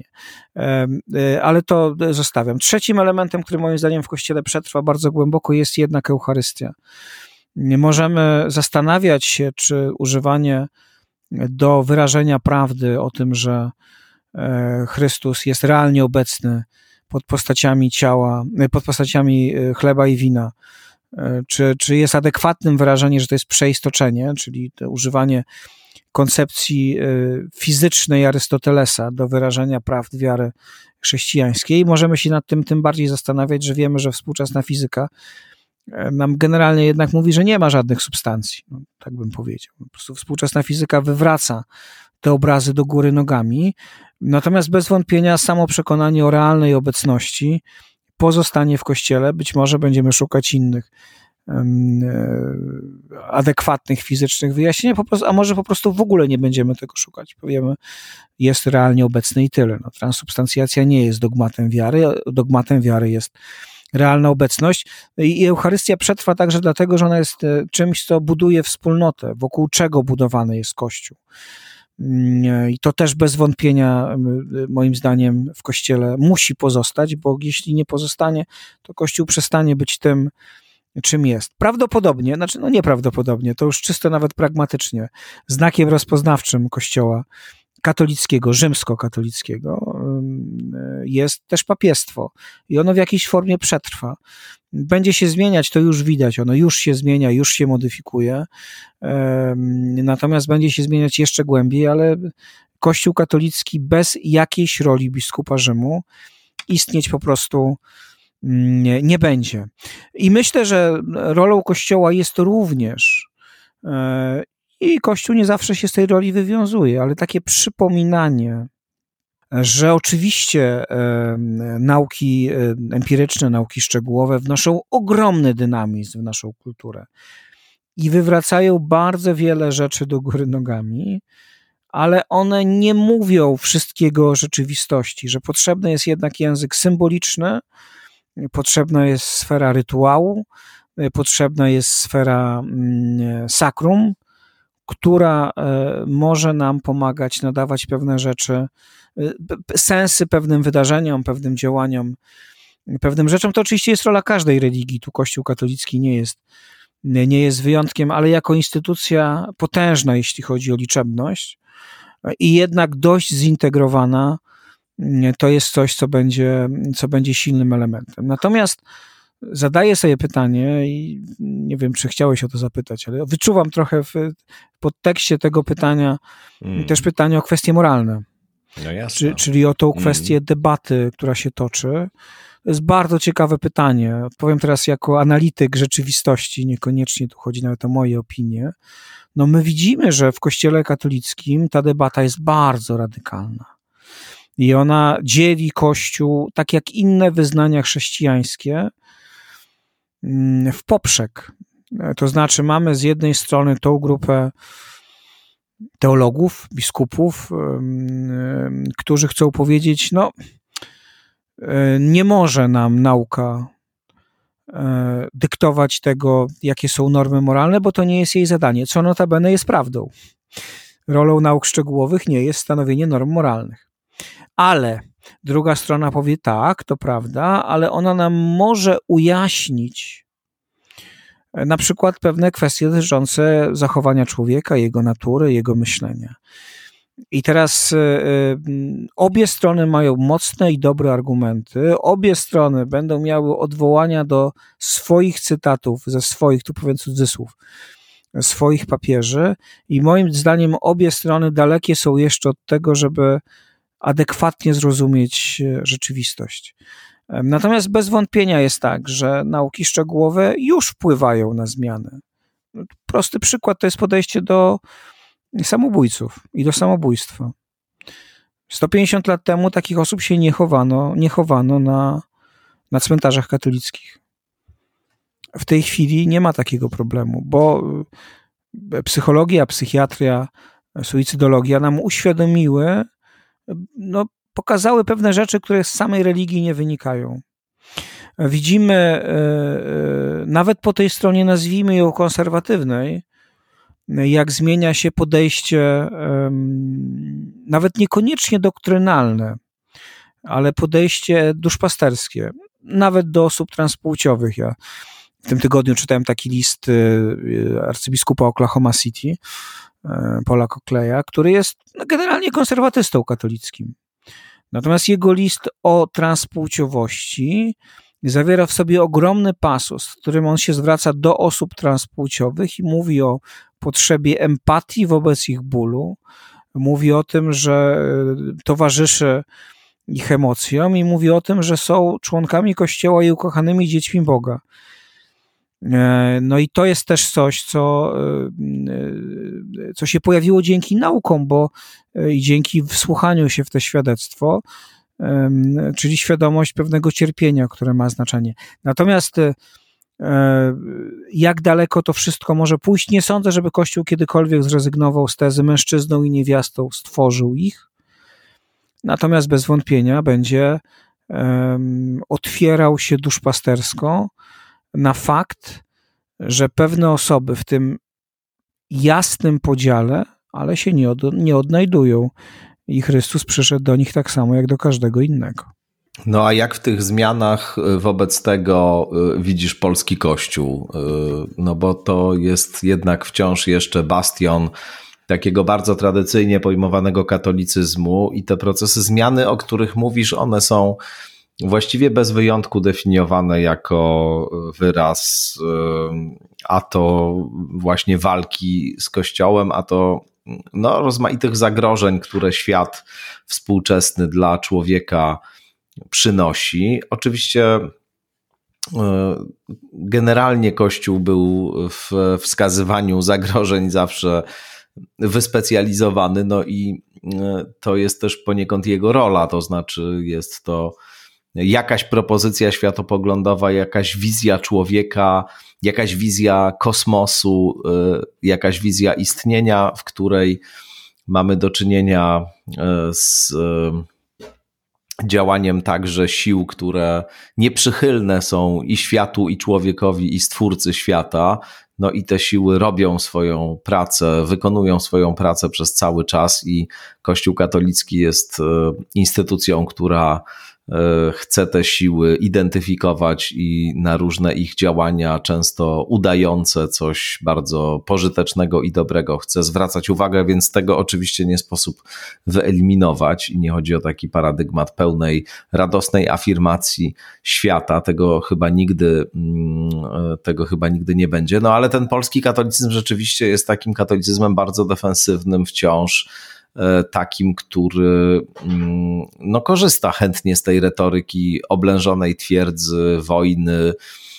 Ale to zostawiam. Trzecim elementem, który moim zdaniem w Kościele przetrwa bardzo głęboko, jest jednak Eucharystia. Możemy zastanawiać się, czy używanie do wyrażenia prawdy o tym, że Chrystus jest realnie obecny pod postaciami ciała, pod postaciami chleba i wina, czy, czy jest adekwatnym wyrażeniem, że to jest przeistoczenie, czyli to używanie koncepcji fizycznej Arystotelesa do wyrażenia prawd wiary chrześcijańskiej. Możemy się nad tym tym bardziej zastanawiać, że wiemy, że współczesna fizyka nam generalnie jednak mówi, że nie ma żadnych substancji. No, tak bym powiedział. Po prostu współczesna fizyka wywraca te obrazy do góry nogami, natomiast bez wątpienia samo przekonanie o realnej obecności pozostanie w Kościele. Być może będziemy szukać innych um, adekwatnych fizycznych wyjaśnień, po prostu, a może po prostu w ogóle nie będziemy tego szukać. Powiemy, jest realnie obecny i tyle. No, transubstancjacja nie jest dogmatem wiary, dogmatem wiary jest realna obecność i Eucharystia przetrwa także dlatego, że ona jest czymś, co buduje wspólnotę, wokół czego budowany jest Kościół. I to też bez wątpienia, moim zdaniem, w Kościele musi pozostać, bo jeśli nie pozostanie, to Kościół przestanie być tym, czym jest. Prawdopodobnie, znaczy no nieprawdopodobnie, to już czysto nawet pragmatycznie, znakiem rozpoznawczym Kościoła katolickiego, rzymskokatolickiego jest też papiestwo i ono w jakiejś formie przetrwa. Będzie się zmieniać, to już widać, ono już się zmienia, już się modyfikuje, natomiast będzie się zmieniać jeszcze głębiej, ale Kościół katolicki bez jakiejś roli biskupa Rzymu istnieć po prostu nie, nie będzie. I myślę, że rolą Kościoła jest również i Kościół nie zawsze się z tej roli wywiązuje, ale takie przypominanie, że oczywiście e, nauki e, empiryczne, nauki szczegółowe wnoszą ogromny dynamizm w naszą kulturę i wywracają bardzo wiele rzeczy do góry nogami, ale one nie mówią wszystkiego o rzeczywistości, że potrzebny jest jednak język symboliczny, potrzebna jest sfera rytuału, potrzebna jest sfera mm, sakrum, która może nam pomagać nadawać pewne rzeczy, sensy pewnym wydarzeniom, pewnym działaniom, pewnym rzeczom. To oczywiście jest rola każdej religii. Tu Kościół katolicki nie jest, nie jest wyjątkiem, ale jako instytucja potężna, jeśli chodzi o liczebność i jednak dość zintegrowana, to jest coś, co będzie, co będzie silnym elementem. Natomiast zadaję sobie pytanie i nie wiem, czy chciałeś o to zapytać, ale wyczuwam trochę w podtekście tego pytania mm. też pytanie o kwestie moralne. No jasne. Czy, czyli o tą kwestię mm. debaty, która się toczy. To jest bardzo ciekawe pytanie. Odpowiem teraz jako analityk rzeczywistości, niekoniecznie tu chodzi nawet o moje opinie. No my widzimy, że w Kościele katolickim ta debata jest bardzo radykalna. I ona dzieli Kościół, tak jak inne wyznania chrześcijańskie, w poprzek. To znaczy mamy z jednej strony tą grupę teologów, biskupów, którzy chcą powiedzieć, no nie może nam nauka dyktować tego, jakie są normy moralne, bo to nie jest jej zadanie, co notabene jest prawdą. Rolą nauk szczegółowych nie jest stanowienie norm moralnych. Ale druga strona powie tak, to prawda, ale ona nam może ujaśnić na przykład pewne kwestie dotyczące zachowania człowieka, jego natury, jego myślenia. I teraz y, obie strony mają mocne i dobre argumenty, obie strony będą miały odwołania do swoich cytatów, ze swoich, tu powiem cudzysłów, swoich papieży i moim zdaniem obie strony dalekie są jeszcze od tego, żeby adekwatnie zrozumieć rzeczywistość. Natomiast bez wątpienia jest tak, że nauki szczegółowe już wpływają na zmiany. Prosty przykład to jest podejście do samobójców i do samobójstwa. sto pięćdziesiąt lat temu takich osób się nie chowano, nie chowano na, na cmentarzach katolickich. W tej chwili nie ma takiego problemu, bo psychologia, psychiatria, suicydologia nam uświadomiły, no, pokazały pewne rzeczy, które z samej religii nie wynikają. Widzimy nawet po tej stronie, nazwijmy ją konserwatywnej, jak zmienia się podejście nawet niekoniecznie doktrynalne, ale podejście duszpasterskie, nawet do osób transpłciowych. Ja w tym tygodniu czytałem taki list arcybiskupa Oklahoma City, Paula Cochleya, który jest generalnie konserwatystą katolickim. Natomiast jego list o transpłciowości zawiera w sobie ogromny pasus, w którym on się zwraca do osób transpłciowych i mówi o potrzebie empatii wobec ich bólu. Mówi o tym, że towarzyszy ich emocjom i mówi o tym, że są członkami Kościoła i ukochanymi dziećmi Boga. No i to jest też coś, co, co się pojawiło dzięki naukom, bo i dzięki wsłuchaniu się w to świadectwo, czyli świadomość pewnego cierpienia, które ma znaczenie. Natomiast jak daleko to wszystko może pójść? Nie sądzę, żeby Kościół kiedykolwiek zrezygnował z tezy mężczyzną i niewiastą stworzył ich. Natomiast bez wątpienia będzie um, otwierał się duszpastersko na fakt, że pewne osoby w tym jasnym podziale, ale się nie, od, nie odnajdują. I Chrystus przyszedł do nich tak samo jak do każdego innego. No a jak w tych zmianach wobec tego widzisz polski Kościół? No bo to jest jednak wciąż jeszcze bastion takiego bardzo tradycyjnie pojmowanego katolicyzmu i te procesy zmiany, o których mówisz, one są właściwie bez wyjątku definiowane jako wyraz a to właśnie walki z Kościołem, a to no, rozmaitych zagrożeń, które świat współczesny dla człowieka przynosi. Oczywiście generalnie Kościół był w wskazywaniu zagrożeń zawsze wyspecjalizowany, no i to jest też poniekąd jego rola, to znaczy jest to jakaś propozycja światopoglądowa, jakaś wizja człowieka, jakaś wizja kosmosu, jakaś wizja istnienia, w której mamy do czynienia z działaniem także sił, które nieprzychylne są i światu, i człowiekowi, i Stwórcy świata. No i te siły robią swoją pracę, wykonują swoją pracę przez cały czas i Kościół katolicki jest instytucją, która chce te siły identyfikować i na różne ich działania, często udające coś bardzo pożytecznego i dobrego, chce zwracać uwagę, więc tego oczywiście nie sposób wyeliminować i nie chodzi o taki paradygmat pełnej, radosnej afirmacji świata, tego chyba nigdy, tego chyba nigdy nie będzie, no ale ten polski katolicyzm rzeczywiście jest takim katolicyzmem bardzo defensywnym wciąż, takim, który no, korzysta chętnie z tej retoryki oblężonej twierdzy, wojny.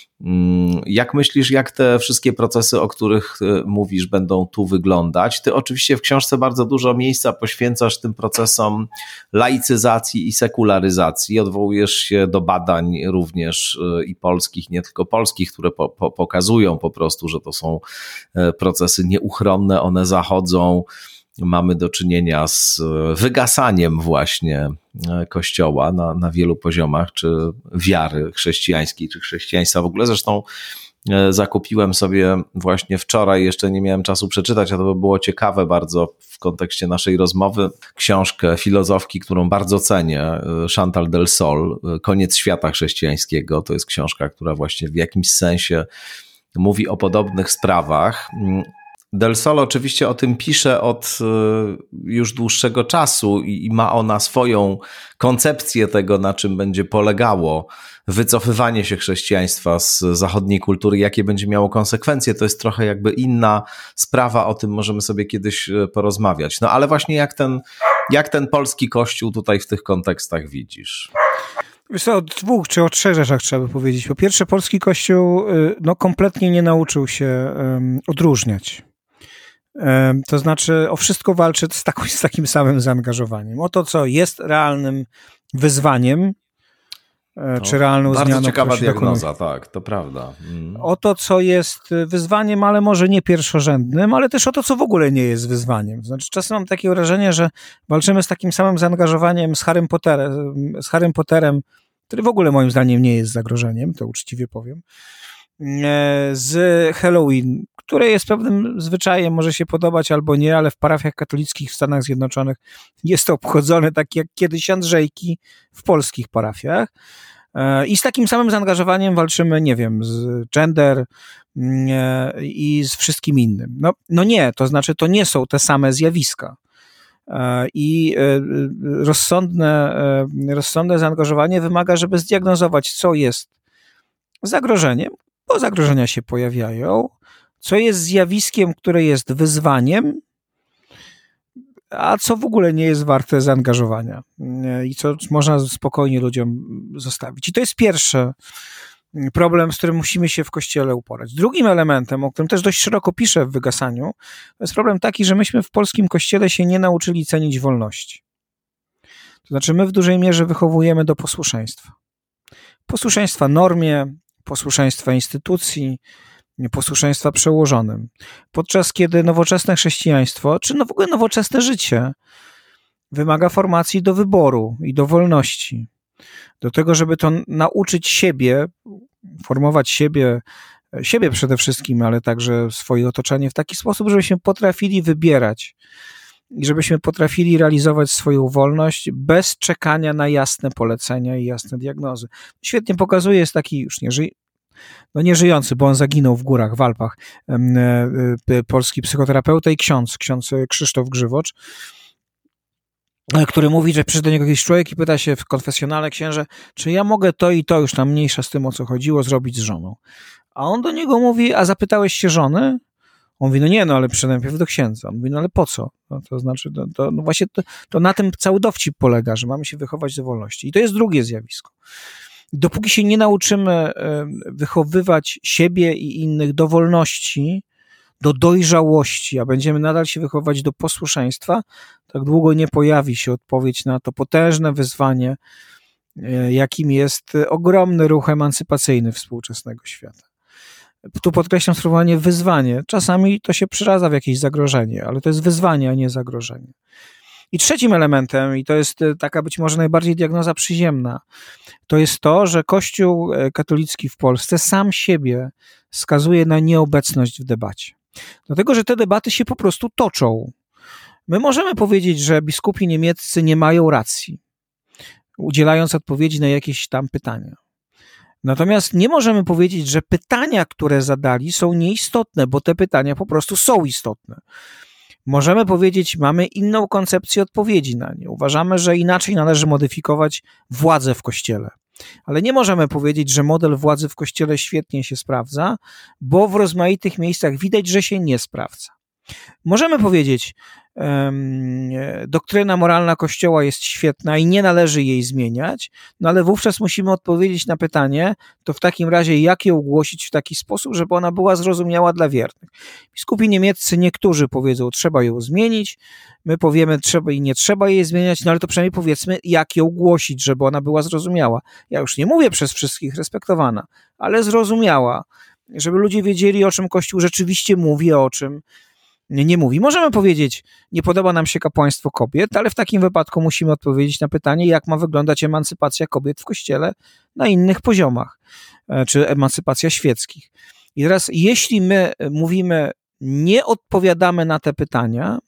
Jak myślisz, jak te wszystkie procesy, o których mówisz, będą tu wyglądać? Ty oczywiście w książce bardzo dużo miejsca poświęcasz tym procesom laicyzacji i sekularyzacji. Odwołujesz się do badań również i polskich, nie tylko polskich, które po, po, pokazują po prostu, że to są procesy nieuchronne, one zachodzą. Mamy do czynienia z wygasaniem właśnie Kościoła na, na wielu poziomach, czy wiary chrześcijańskiej, czy chrześcijaństwa w ogóle. Zresztą zakupiłem sobie właśnie wczoraj, jeszcze nie miałem czasu przeczytać, a to by było ciekawe bardzo w kontekście naszej rozmowy, książkę filozofki, którą bardzo cenię, Chantal del Sol, Koniec świata chrześcijańskiego. To jest książka, która właśnie w jakimś sensie mówi o podobnych sprawach. Del Sol oczywiście o tym pisze od już dłuższego czasu i ma ona swoją koncepcję tego, na czym będzie polegało wycofywanie się chrześcijaństwa z zachodniej kultury, jakie będzie miało konsekwencje. To jest trochę jakby inna sprawa, o tym możemy sobie kiedyś porozmawiać. No ale właśnie jak ten, jak ten polski Kościół tutaj w tych kontekstach widzisz? Wiesz co, o dwóch czy o trzech rzeczach trzeba by powiedzieć. Po pierwsze, polski Kościół no, kompletnie nie nauczył się um, odróżniać. Um, to znaczy o wszystko walczy z, taką, z takim samym zaangażowaniem. O to, co jest realnym wyzwaniem czy realną bardzo zmianą. Bardzo ciekawa diagnoza, tak, to prawda. Mm. O to, co jest wyzwaniem, ale może nie pierwszorzędnym, ale też o to, co w ogóle nie jest wyzwaniem. Znaczy, czasem mam takie wrażenie, że walczymy z takim samym zaangażowaniem z Harrym Potterem, z Harrym Potterem, który w ogóle moim zdaniem nie jest zagrożeniem, to uczciwie powiem, z Halloween, które jest pewnym zwyczajem, może się podobać albo nie, ale w parafiach katolickich w Stanach Zjednoczonych jest to obchodzone tak jak kiedyś Andrzejki w polskich parafiach. I z takim samym zaangażowaniem walczymy, nie wiem, z gender i z wszystkim innym. No, no nie, to znaczy to nie są te same zjawiska. I rozsądne, rozsądne zaangażowanie wymaga, żeby zdiagnozować, co jest zagrożeniem, bo zagrożenia się pojawiają, co jest zjawiskiem, które jest wyzwaniem, a co w ogóle nie jest warte zaangażowania i co można spokojnie ludziom zostawić. I to jest pierwszy problem, z którym musimy się w Kościele uporać. Drugim elementem, o którym też dość szeroko piszę w Wygasaniu, to jest problem taki, że myśmy w polskim Kościele się nie nauczyli cenić wolności. To znaczy my w dużej mierze wychowujemy do posłuszeństwa. Posłuszeństwa normie, posłuszeństwa instytucji, posłuszeństwa przełożonym. Podczas kiedy nowoczesne chrześcijaństwo, czy no w ogóle nowoczesne życie wymaga formacji do wyboru i do wolności. Do tego, żeby to nauczyć siebie, formować siebie, siebie przede wszystkim, ale także swoje otoczenie w taki sposób, żebyśmy potrafili wybierać i żebyśmy potrafili realizować swoją wolność bez czekania na jasne polecenia i jasne diagnozy. Świetnie pokazuje, jest taki już nie żyje, no nie żyjący, bo on zaginął w górach, w Alpach, polski psychoterapeuta i ksiądz, ksiądz Krzysztof Grzywocz, który mówi, że przyszedł do niego jakiś człowiek i pyta się w konfesjonale księże, czy ja mogę to i to, już tam mniejsza z tym, o co chodziło, zrobić z żoną. A on do niego mówi, a zapytałeś się żony? On mówi, no nie, no ale przyszedłem najpierw do księdza. On mówi, no ale po co? No, to znaczy, to, to, no właśnie to, to na tym cały dowcip polega, że mamy się wychować do wolności. I to jest drugie zjawisko. Dopóki się nie nauczymy wychowywać siebie i innych do wolności, do dojrzałości, a będziemy nadal się wychowywać do posłuszeństwa, tak długo nie pojawi się odpowiedź na to potężne wyzwanie, jakim jest ogromny ruch emancypacyjny współczesnego świata. Tu podkreślam sformułowanie wyzwanie. Czasami to się przeradza w jakieś zagrożenie, ale to jest wyzwanie, a nie zagrożenie. I trzecim elementem, i to jest taka być może najbardziej diagnoza przyziemna, to jest to, że Kościół katolicki w Polsce sam siebie skazuje na nieobecność w debacie. Dlatego, że te debaty się po prostu toczą. My możemy powiedzieć, że biskupi niemieccy nie mają racji, udzielając odpowiedzi na jakieś tam pytania. Natomiast nie możemy powiedzieć, że pytania, które zadali, są nieistotne, bo te pytania po prostu są istotne. Możemy powiedzieć, mamy inną koncepcję odpowiedzi na nie. Uważamy, że inaczej należy modyfikować władzę w Kościele. Ale nie możemy powiedzieć, że model władzy w Kościele świetnie się sprawdza, bo w rozmaitych miejscach widać, że się nie sprawdza. Możemy powiedzieć, um, doktryna moralna Kościoła jest świetna i nie należy jej zmieniać, no ale wówczas musimy odpowiedzieć na pytanie, to w takim razie jak ją ogłosić w taki sposób, żeby ona była zrozumiała dla wiernych. Biskupi niemieccy niektórzy powiedzą, trzeba ją zmienić, my powiemy, trzeba i nie trzeba jej zmieniać, no ale to przynajmniej powiedzmy, jak ją głosić, żeby ona była zrozumiała. Ja już nie mówię przez wszystkich respektowana, ale zrozumiała, żeby ludzie wiedzieli, o czym Kościół rzeczywiście mówi, a o czym Nie, nie mówi. Możemy powiedzieć, nie podoba nam się kapłaństwo kobiet, ale w takim wypadku musimy odpowiedzieć na pytanie, jak ma wyglądać emancypacja kobiet w Kościele na innych poziomach, czy emancypacja świeckich. I teraz, jeśli my mówimy, nie odpowiadamy na te pytania,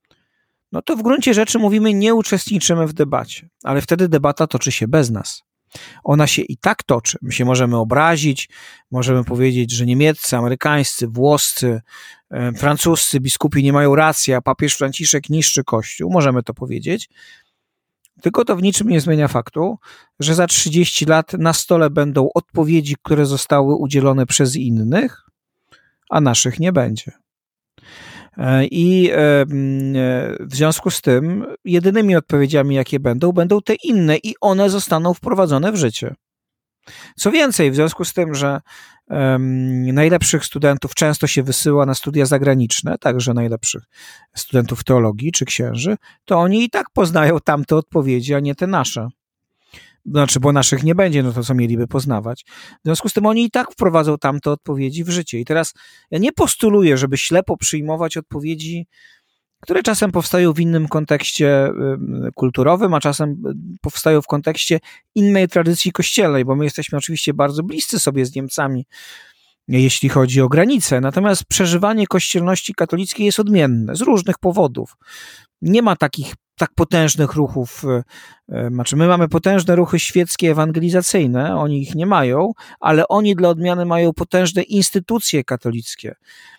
no to w gruncie rzeczy mówimy, nie uczestniczymy w debacie, ale wtedy debata toczy się bez nas. Ona się i tak toczy. My się możemy obrazić, możemy powiedzieć, że niemieccy, amerykańscy, włoscy, e, francuscy biskupi nie mają racji, a papież Franciszek niszczy Kościół. Możemy to powiedzieć. Tylko to w niczym nie zmienia faktu, że za trzydzieści lat na stole będą odpowiedzi, które zostały udzielone przez innych, a naszych nie będzie. I w związku z tym jedynymi odpowiedziami, jakie będą, będą te inne i one zostaną wprowadzone w życie. Co więcej, w związku z tym, że najlepszych studentów często się wysyła na studia zagraniczne, także najlepszych studentów teologii czy księży, to oni i tak poznają tamte odpowiedzi, a nie te nasze. znaczy, bo naszych nie będzie, no to co mieliby poznawać. W związku z tym oni i tak wprowadzą tamte odpowiedzi w życie. I teraz ja nie postuluję, żeby ślepo przyjmować odpowiedzi, które czasem powstają w innym kontekście kulturowym, a czasem powstają w kontekście innej tradycji kościelnej, bo my jesteśmy oczywiście bardzo bliscy sobie z Niemcami, jeśli chodzi o granice. Natomiast przeżywanie kościelności katolickiej jest odmienne z różnych powodów. Nie ma takich tak potężnych ruchów, znaczy my mamy potężne ruchy świeckie, ewangelizacyjne, oni ich nie mają, ale oni dla odmiany mają potężne instytucje katolickie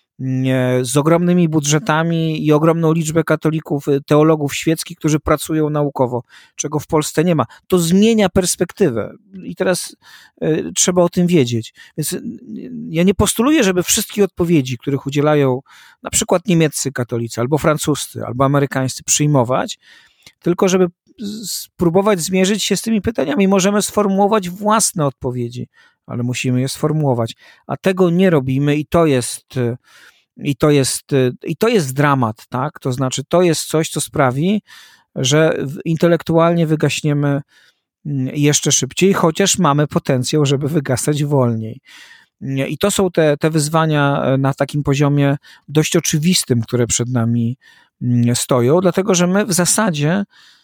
z ogromnymi budżetami i ogromną liczbę katolików, teologów świeckich, którzy pracują naukowo, czego w Polsce nie ma. To zmienia perspektywę i teraz y, trzeba o tym wiedzieć. Więc y, ja nie postuluję, żeby wszystkie odpowiedzi, których udzielają na przykład niemieccy katolicy, albo francuscy, albo amerykańscy przyjmować, tylko żeby spróbować zmierzyć się z tymi pytaniami. Możemy sformułować własne odpowiedzi, ale musimy je sformułować. A tego nie robimy i to jest, i to jest, i to jest dramat, tak? To znaczy, to jest coś, co sprawi, że intelektualnie wygaśniemy jeszcze szybciej, chociaż mamy potencjał, żeby wygasać wolniej. I to są te, te wyzwania na takim poziomie dość oczywistym, które przed nami stoją, dlatego że my w zasadzie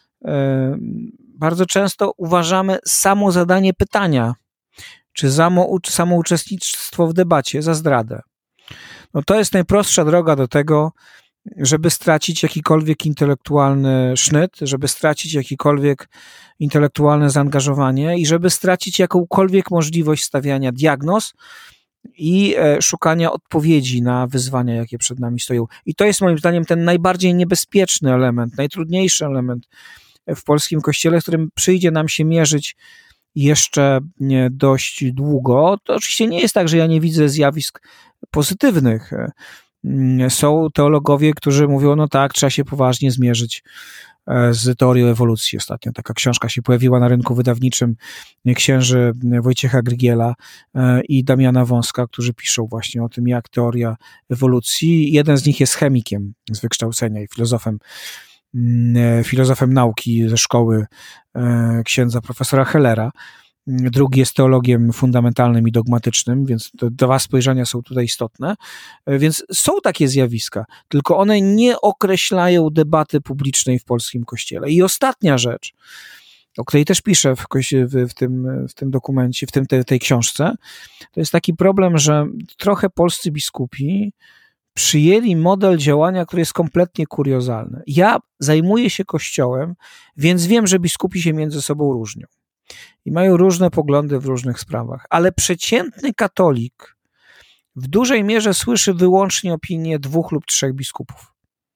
bardzo często uważamy samo zadanie pytania, czy samo, samo uczestnictwo w debacie za zdradę. No to jest najprostsza droga do tego, żeby stracić jakikolwiek intelektualny sznyt, żeby stracić jakikolwiek intelektualne zaangażowanie i żeby stracić jakąkolwiek możliwość stawiania diagnoz i szukania odpowiedzi na wyzwania, jakie przed nami stoją. I to jest moim zdaniem ten najbardziej niebezpieczny element, najtrudniejszy element w polskim kościele, z którym przyjdzie nam się mierzyć jeszcze dość długo. To oczywiście nie jest tak, że ja nie widzę zjawisk pozytywnych. Są teologowie, którzy mówią, no tak, trzeba się poważnie zmierzyć z teorią ewolucji. Ostatnio taka książka się pojawiła na rynku wydawniczym księży Wojciecha Grygiela i Damiana Wąska, którzy piszą właśnie o tym, jak teoria ewolucji. Jeden z nich jest chemikiem z wykształcenia i filozofem filozofem nauki ze szkoły księdza profesora Hellera. Drugi jest teologiem fundamentalnym i dogmatycznym, więc te dwa spojrzenia są tutaj istotne. Więc są takie zjawiska, tylko one nie określają debaty publicznej w polskim kościele. I ostatnia rzecz, o której też piszę w, w, tym, w tym dokumencie, w tym, tej, tej książce, to jest taki problem, że trochę polscy biskupi przyjęli model działania, który jest kompletnie kuriozalny. Ja zajmuję się Kościołem, więc wiem, że biskupi się między sobą różnią i mają różne poglądy w różnych sprawach, ale przeciętny katolik w dużej mierze słyszy wyłącznie opinię dwóch lub trzech biskupów.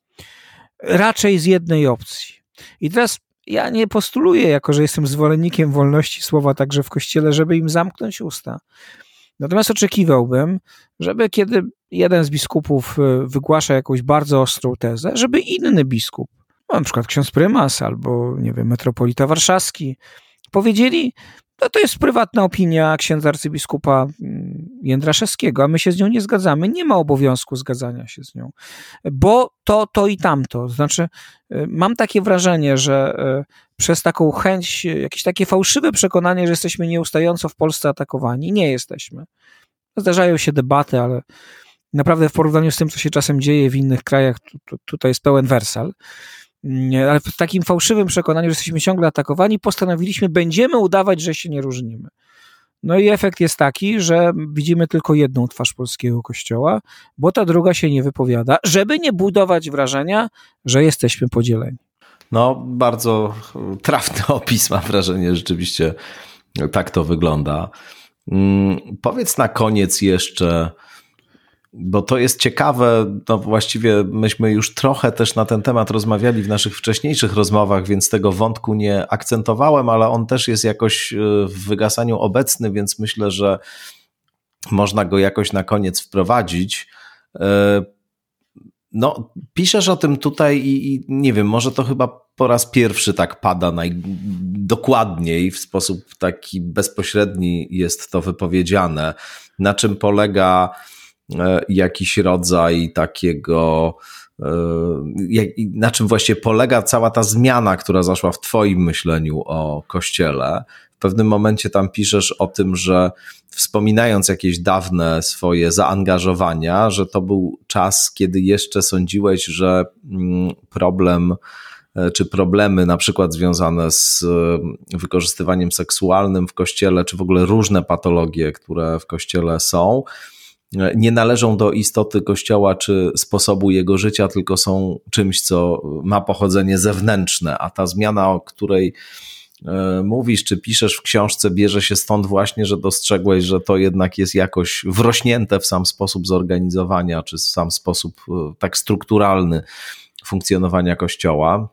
Raczej z jednej opcji. I teraz ja nie postuluję, jako że jestem zwolennikiem wolności słowa także w Kościele, żeby im zamknąć usta. Natomiast oczekiwałbym, żeby kiedy jeden z biskupów wygłasza jakąś bardzo ostrą tezę, żeby inny biskup, no na przykład ksiądz prymas albo, nie wiem, metropolita warszawski, powiedzieli, no to jest prywatna opinia księdza arcybiskupa Jędraszewskiego, a my się z nią nie zgadzamy. Nie ma obowiązku zgadzania się z nią, bo to, to i tamto. Znaczy, mam takie wrażenie, że przez taką chęć, jakieś takie fałszywe przekonanie, że jesteśmy nieustająco w Polsce atakowani. Nie jesteśmy. Zdarzają się debaty, ale naprawdę w porównaniu z tym, co się czasem dzieje w innych krajach, tu, tu, tutaj jest pełen wersal. Ale w takim fałszywym przekonaniu, że jesteśmy ciągle atakowani, postanowiliśmy, będziemy udawać, że się nie różnimy. No i efekt jest taki, że widzimy tylko jedną twarz polskiego Kościoła, bo ta druga się nie wypowiada, żeby nie budować wrażenia, że jesteśmy podzieleni. No, bardzo trafny opis, mam wrażenie, rzeczywiście tak to wygląda. Hmm, powiedz na koniec jeszcze, bo to jest ciekawe, no właściwie myśmy już trochę też na ten temat rozmawiali w naszych wcześniejszych rozmowach, więc tego wątku nie akcentowałem, ale on też jest jakoś w wygasaniu obecny, więc myślę, że można go jakoś na koniec wprowadzić. No, piszesz o tym tutaj i, i nie wiem, może to chyba po raz pierwszy tak pada najdokładniej, w sposób taki bezpośredni jest to wypowiedziane, na czym polega jakiś rodzaj takiego, na czym właściwie polega cała ta zmiana, która zaszła w twoim myśleniu o Kościele. w pewnym momencie tam piszesz o tym, że wspominając jakieś dawne swoje zaangażowania, że to był czas, kiedy jeszcze sądziłeś, że problem czy problemy na przykład związane z wykorzystywaniem seksualnym w Kościele, czy w ogóle różne patologie, które w Kościele są, nie należą do istoty Kościoła czy sposobu jego życia, tylko są czymś, co ma pochodzenie zewnętrzne, a ta zmiana, o której mówisz, czy piszesz w książce, bierze się stąd właśnie, że dostrzegłeś, że to jednak jest jakoś wrośnięte w sam sposób zorganizowania, czy w sam sposób tak strukturalny funkcjonowania Kościoła.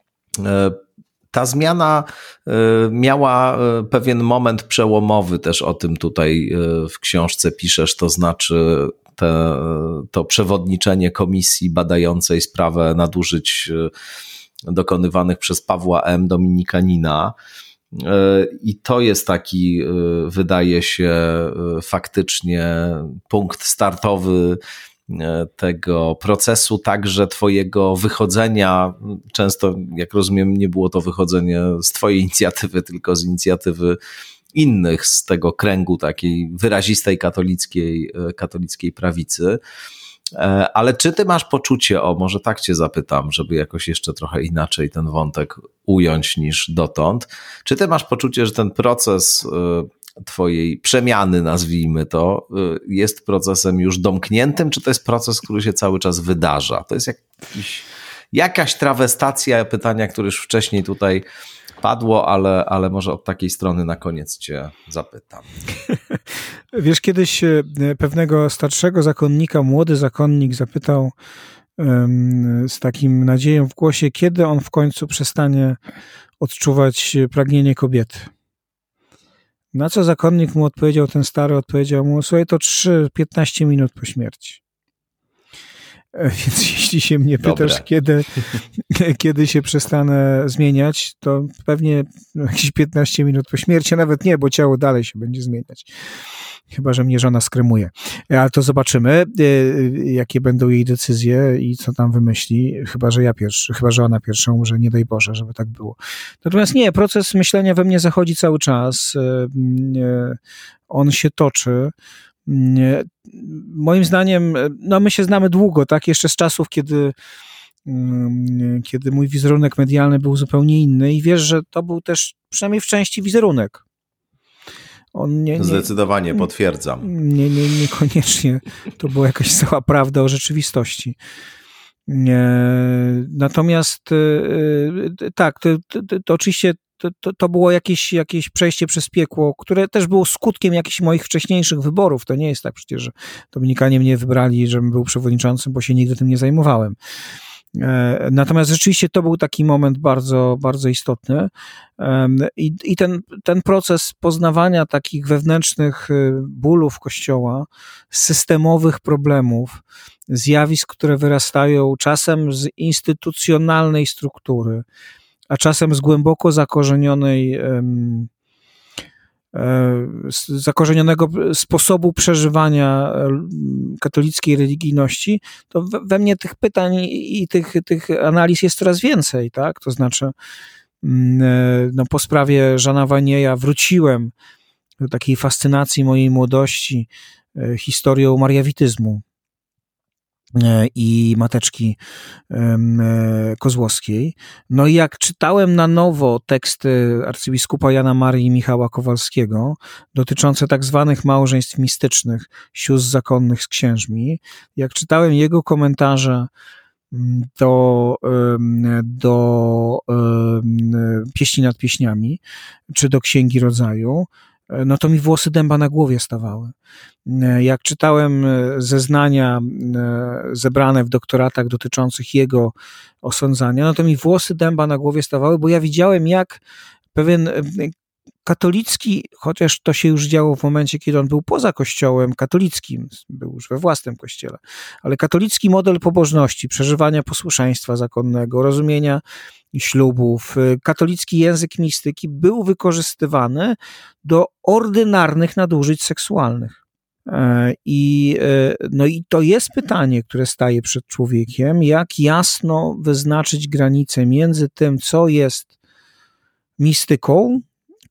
Ta zmiana miała pewien moment przełomowy, też o tym tutaj w książce piszesz, to znaczy te, to przewodniczenie komisji badającej sprawę nadużyć dokonywanych przez Pawła M. Dominikanina. I to jest taki, wydaje się, faktycznie punkt startowy tego procesu, także twojego wychodzenia. Często, jak rozumiem, nie było to wychodzenie z twojej inicjatywy, tylko z inicjatywy innych z tego kręgu takiej wyrazistej katolickiej, katolickiej prawicy. Ale czy ty masz poczucie, o może tak cię zapytam, żeby jakoś jeszcze trochę inaczej ten wątek ująć niż dotąd, czy ty masz poczucie, że ten proces twojej przemiany, nazwijmy to, jest procesem już domkniętym, czy to jest proces, który się cały czas wydarza? To jest jakiś, jakaś trawestacja pytania, które już wcześniej tutaj padło, ale, ale może od takiej strony na koniec cię zapytam. Wiesz, kiedyś pewnego starszego zakonnika, młody zakonnik zapytał um, z takim nadzieją w głosie, kiedy on w końcu przestanie odczuwać pragnienie kobiety. Na co zakonnik mu odpowiedział, ten stary odpowiedział mu, słuchaj, to trzy piętnaście minut po śmierci. Więc jeśli się mnie pytasz, kiedy, kiedy się przestanę zmieniać, to pewnie jakieś piętnaście minut po śmierci, a nawet nie, bo ciało dalej się będzie zmieniać. Chyba że mnie żona skremuje. Ale to zobaczymy, jakie będą jej decyzje i co tam wymyśli. Chyba, że ja pierwszy, chyba, że ona pierwsza umrze, nie daj Boże, żeby tak było. Natomiast nie, proces myślenia we mnie zachodzi cały czas. On się toczy. Moim zdaniem, no my się znamy długo, tak? Jeszcze z czasów, kiedy, kiedy mój wizerunek medialny był zupełnie inny i wiesz, że to był też przynajmniej w części wizerunek. On nie, nie, Zdecydowanie potwierdzam. Nie, nie, niekoniecznie to była jakaś cała prawda o rzeczywistości. Natomiast tak, to, to, to oczywiście to, to, to było jakieś, jakieś przejście przez piekło, które też było skutkiem jakichś moich wcześniejszych wyborów. To nie jest tak przecież, że Dominikanie mnie wybrali, żebym był przewodniczącym, bo się nigdy tym nie zajmowałem. Natomiast rzeczywiście to był taki moment bardzo, bardzo istotny i, i ten, ten proces poznawania takich wewnętrznych bólów Kościoła, systemowych problemów, zjawisk, które wyrastają czasem z instytucjonalnej struktury, a czasem z głęboko zakorzenionej zakorzenionego sposobu przeżywania katolickiej religijności, to we mnie tych pytań i tych, tych analiz jest coraz więcej, tak? To znaczy no, po sprawie Jeana Wanieja wróciłem do takiej fascynacji mojej młodości historią mariawityzmu i Mateczki Kozłowskiej. No i jak czytałem na nowo teksty arcybiskupa Jana Marii Michała Kowalskiego dotyczące tak zwanych małżeństw mistycznych, sióstr zakonnych z księżmi, jak czytałem jego komentarze do, do Pieśni nad pieśniami, czy do Księgi Rodzaju, no to mi włosy dęba na głowie stawały. Jak czytałem zeznania zebrane w doktoratach dotyczących jego osądzania, no to mi włosy dęba na głowie stawały, bo ja widziałem, jak pewien katolicki, chociaż to się już działo w momencie, kiedy on był poza kościołem katolickim, był już we własnym kościele, ale katolicki model pobożności, przeżywania posłuszeństwa zakonnego, rozumienia ślubów, katolicki język mistyki był wykorzystywany do ordynarnych nadużyć seksualnych. I, no i to jest pytanie, które staje przed człowiekiem, jak jasno wyznaczyć granicę między tym, co jest mistyką,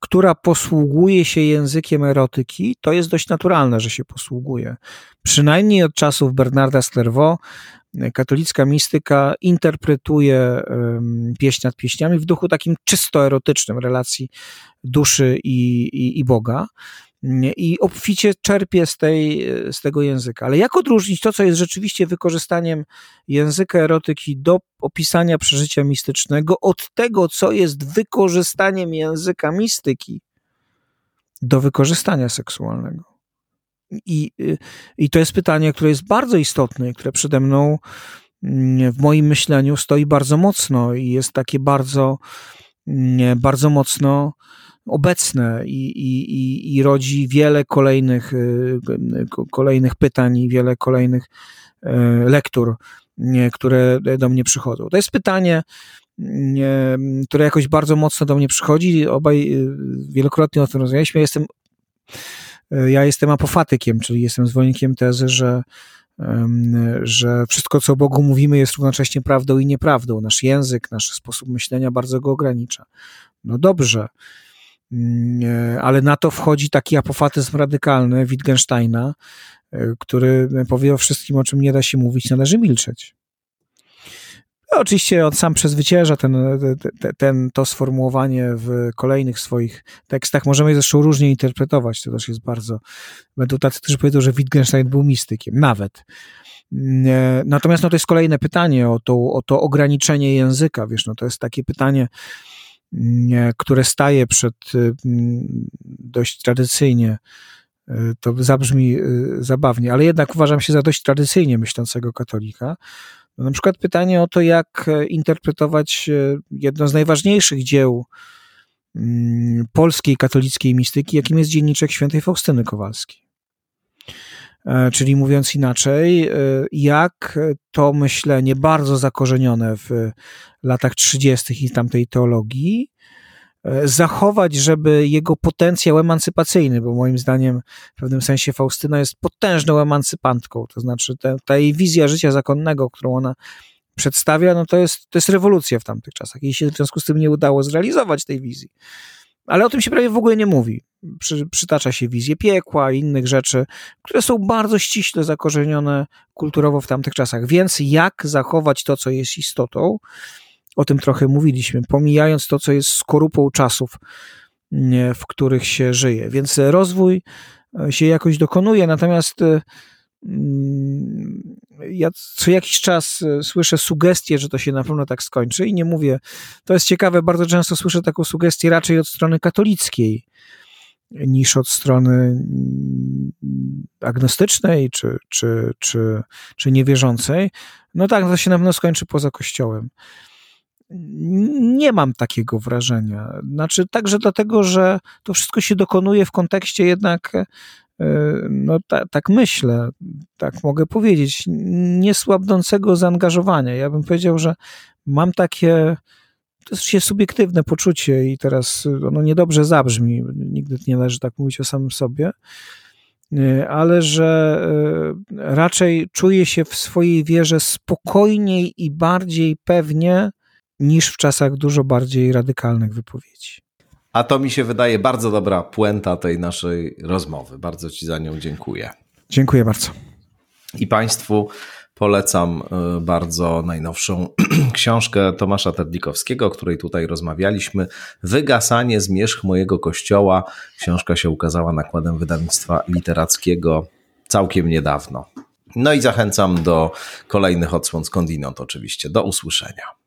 która posługuje się językiem erotyki, to jest dość naturalne, że się posługuje. Przynajmniej od czasów Bernarda z Clairvaux katolicka mistyka interpretuje pieśń nad pieśniami w duchu takim czysto erotycznym relacji duszy i, i, i Boga i obficie czerpie z, tej, z tego języka. Ale jak odróżnić to, co jest rzeczywiście wykorzystaniem języka erotyki do opisania przeżycia mistycznego, od tego, co jest wykorzystaniem języka mistyki do wykorzystania seksualnego? I, I to jest pytanie, które jest bardzo istotne, które przede mną w moim myśleniu stoi bardzo mocno i jest takie bardzo, bardzo mocno obecne i, i, i rodzi wiele kolejnych, kolejnych pytań i wiele kolejnych lektur, które do mnie przychodzą. To jest pytanie, które jakoś bardzo mocno do mnie przychodzi. Obaj wielokrotnie o tym rozmawialiśmy. Ja jestem Ja jestem apofatykiem, czyli jestem zwolennikiem tezy, że, że wszystko, co o Bogu mówimy, jest równocześnie prawdą i nieprawdą. Nasz język, nasz sposób myślenia bardzo go ogranicza. No dobrze, ale na to wchodzi taki apofatyzm radykalny Wittgensteina, który powie o wszystkim, o czym nie da się mówić, należy milczeć. No, oczywiście on sam przezwycięża ten, ten, ten, to sformułowanie w kolejnych swoich tekstach. Możemy je zresztą różnie interpretować, to też jest bardzo... Będą tacy, którzy powiedzą, że Wittgenstein był mistykiem, nawet. Natomiast no, to jest kolejne pytanie o to, o to ograniczenie języka, wiesz, no to jest takie pytanie, które staje przed dość tradycyjnie, to zabrzmi zabawnie, ale jednak uważam się za dość tradycyjnie myślącego katolika. Na przykład pytanie o to, jak interpretować jedno z najważniejszych dzieł polskiej katolickiej mistyki, jakim jest Dzienniczek świętej Faustyny Kowalskiej. Czyli mówiąc inaczej, jak to myślenie bardzo zakorzenione w latach trzydziestych i tamtej teologii zachować, żeby jego potencjał emancypacyjny, bo moim zdaniem w pewnym sensie Faustyna jest potężną emancypantką, to znaczy ta, ta jej wizja życia zakonnego, którą ona przedstawia, no to jest, to jest rewolucja w tamtych czasach. Jej się w związku z tym nie udało zrealizować tej wizji. Ale o tym się prawie w ogóle nie mówi. Przy, przytacza się wizję piekła i innych rzeczy, które są bardzo ściśle zakorzenione kulturowo w tamtych czasach. Więc jak zachować to, co jest istotą? O tym trochę mówiliśmy, pomijając to, co jest skorupą czasów, w których się żyje. Więc rozwój się jakoś dokonuje, natomiast ja co jakiś czas słyszę sugestię, że to się na pewno tak skończy i nie mówię, to jest ciekawe, bardzo często słyszę taką sugestię raczej od strony katolickiej niż od strony agnostycznej czy, czy, czy, czy niewierzącej. No tak, no to się na pewno skończy poza Kościołem. Nie mam takiego wrażenia. Znaczy także dlatego, że to wszystko się dokonuje w kontekście jednak, no ta, tak myślę, tak mogę powiedzieć, niesłabnącego zaangażowania. Ja bym powiedział, że mam takie, to jest się subiektywne poczucie i teraz ono niedobrze zabrzmi, nigdy nie należy tak mówić o samym sobie, ale że raczej czuję się w swojej wierze spokojniej i bardziej pewnie niż w czasach dużo bardziej radykalnych wypowiedzi. A to mi się wydaje bardzo dobra puenta tej naszej rozmowy. Bardzo Ci za nią dziękuję. Dziękuję bardzo. I Państwu polecam bardzo najnowszą książkę Tomasza Terdikowskiego, o której tutaj rozmawialiśmy. Wygasanie zmierzch mojego kościoła. Książka się ukazała nakładem wydawnictwa literackiego całkiem niedawno. No i zachęcam do kolejnych odsłon skądinąd oczywiście. Do usłyszenia.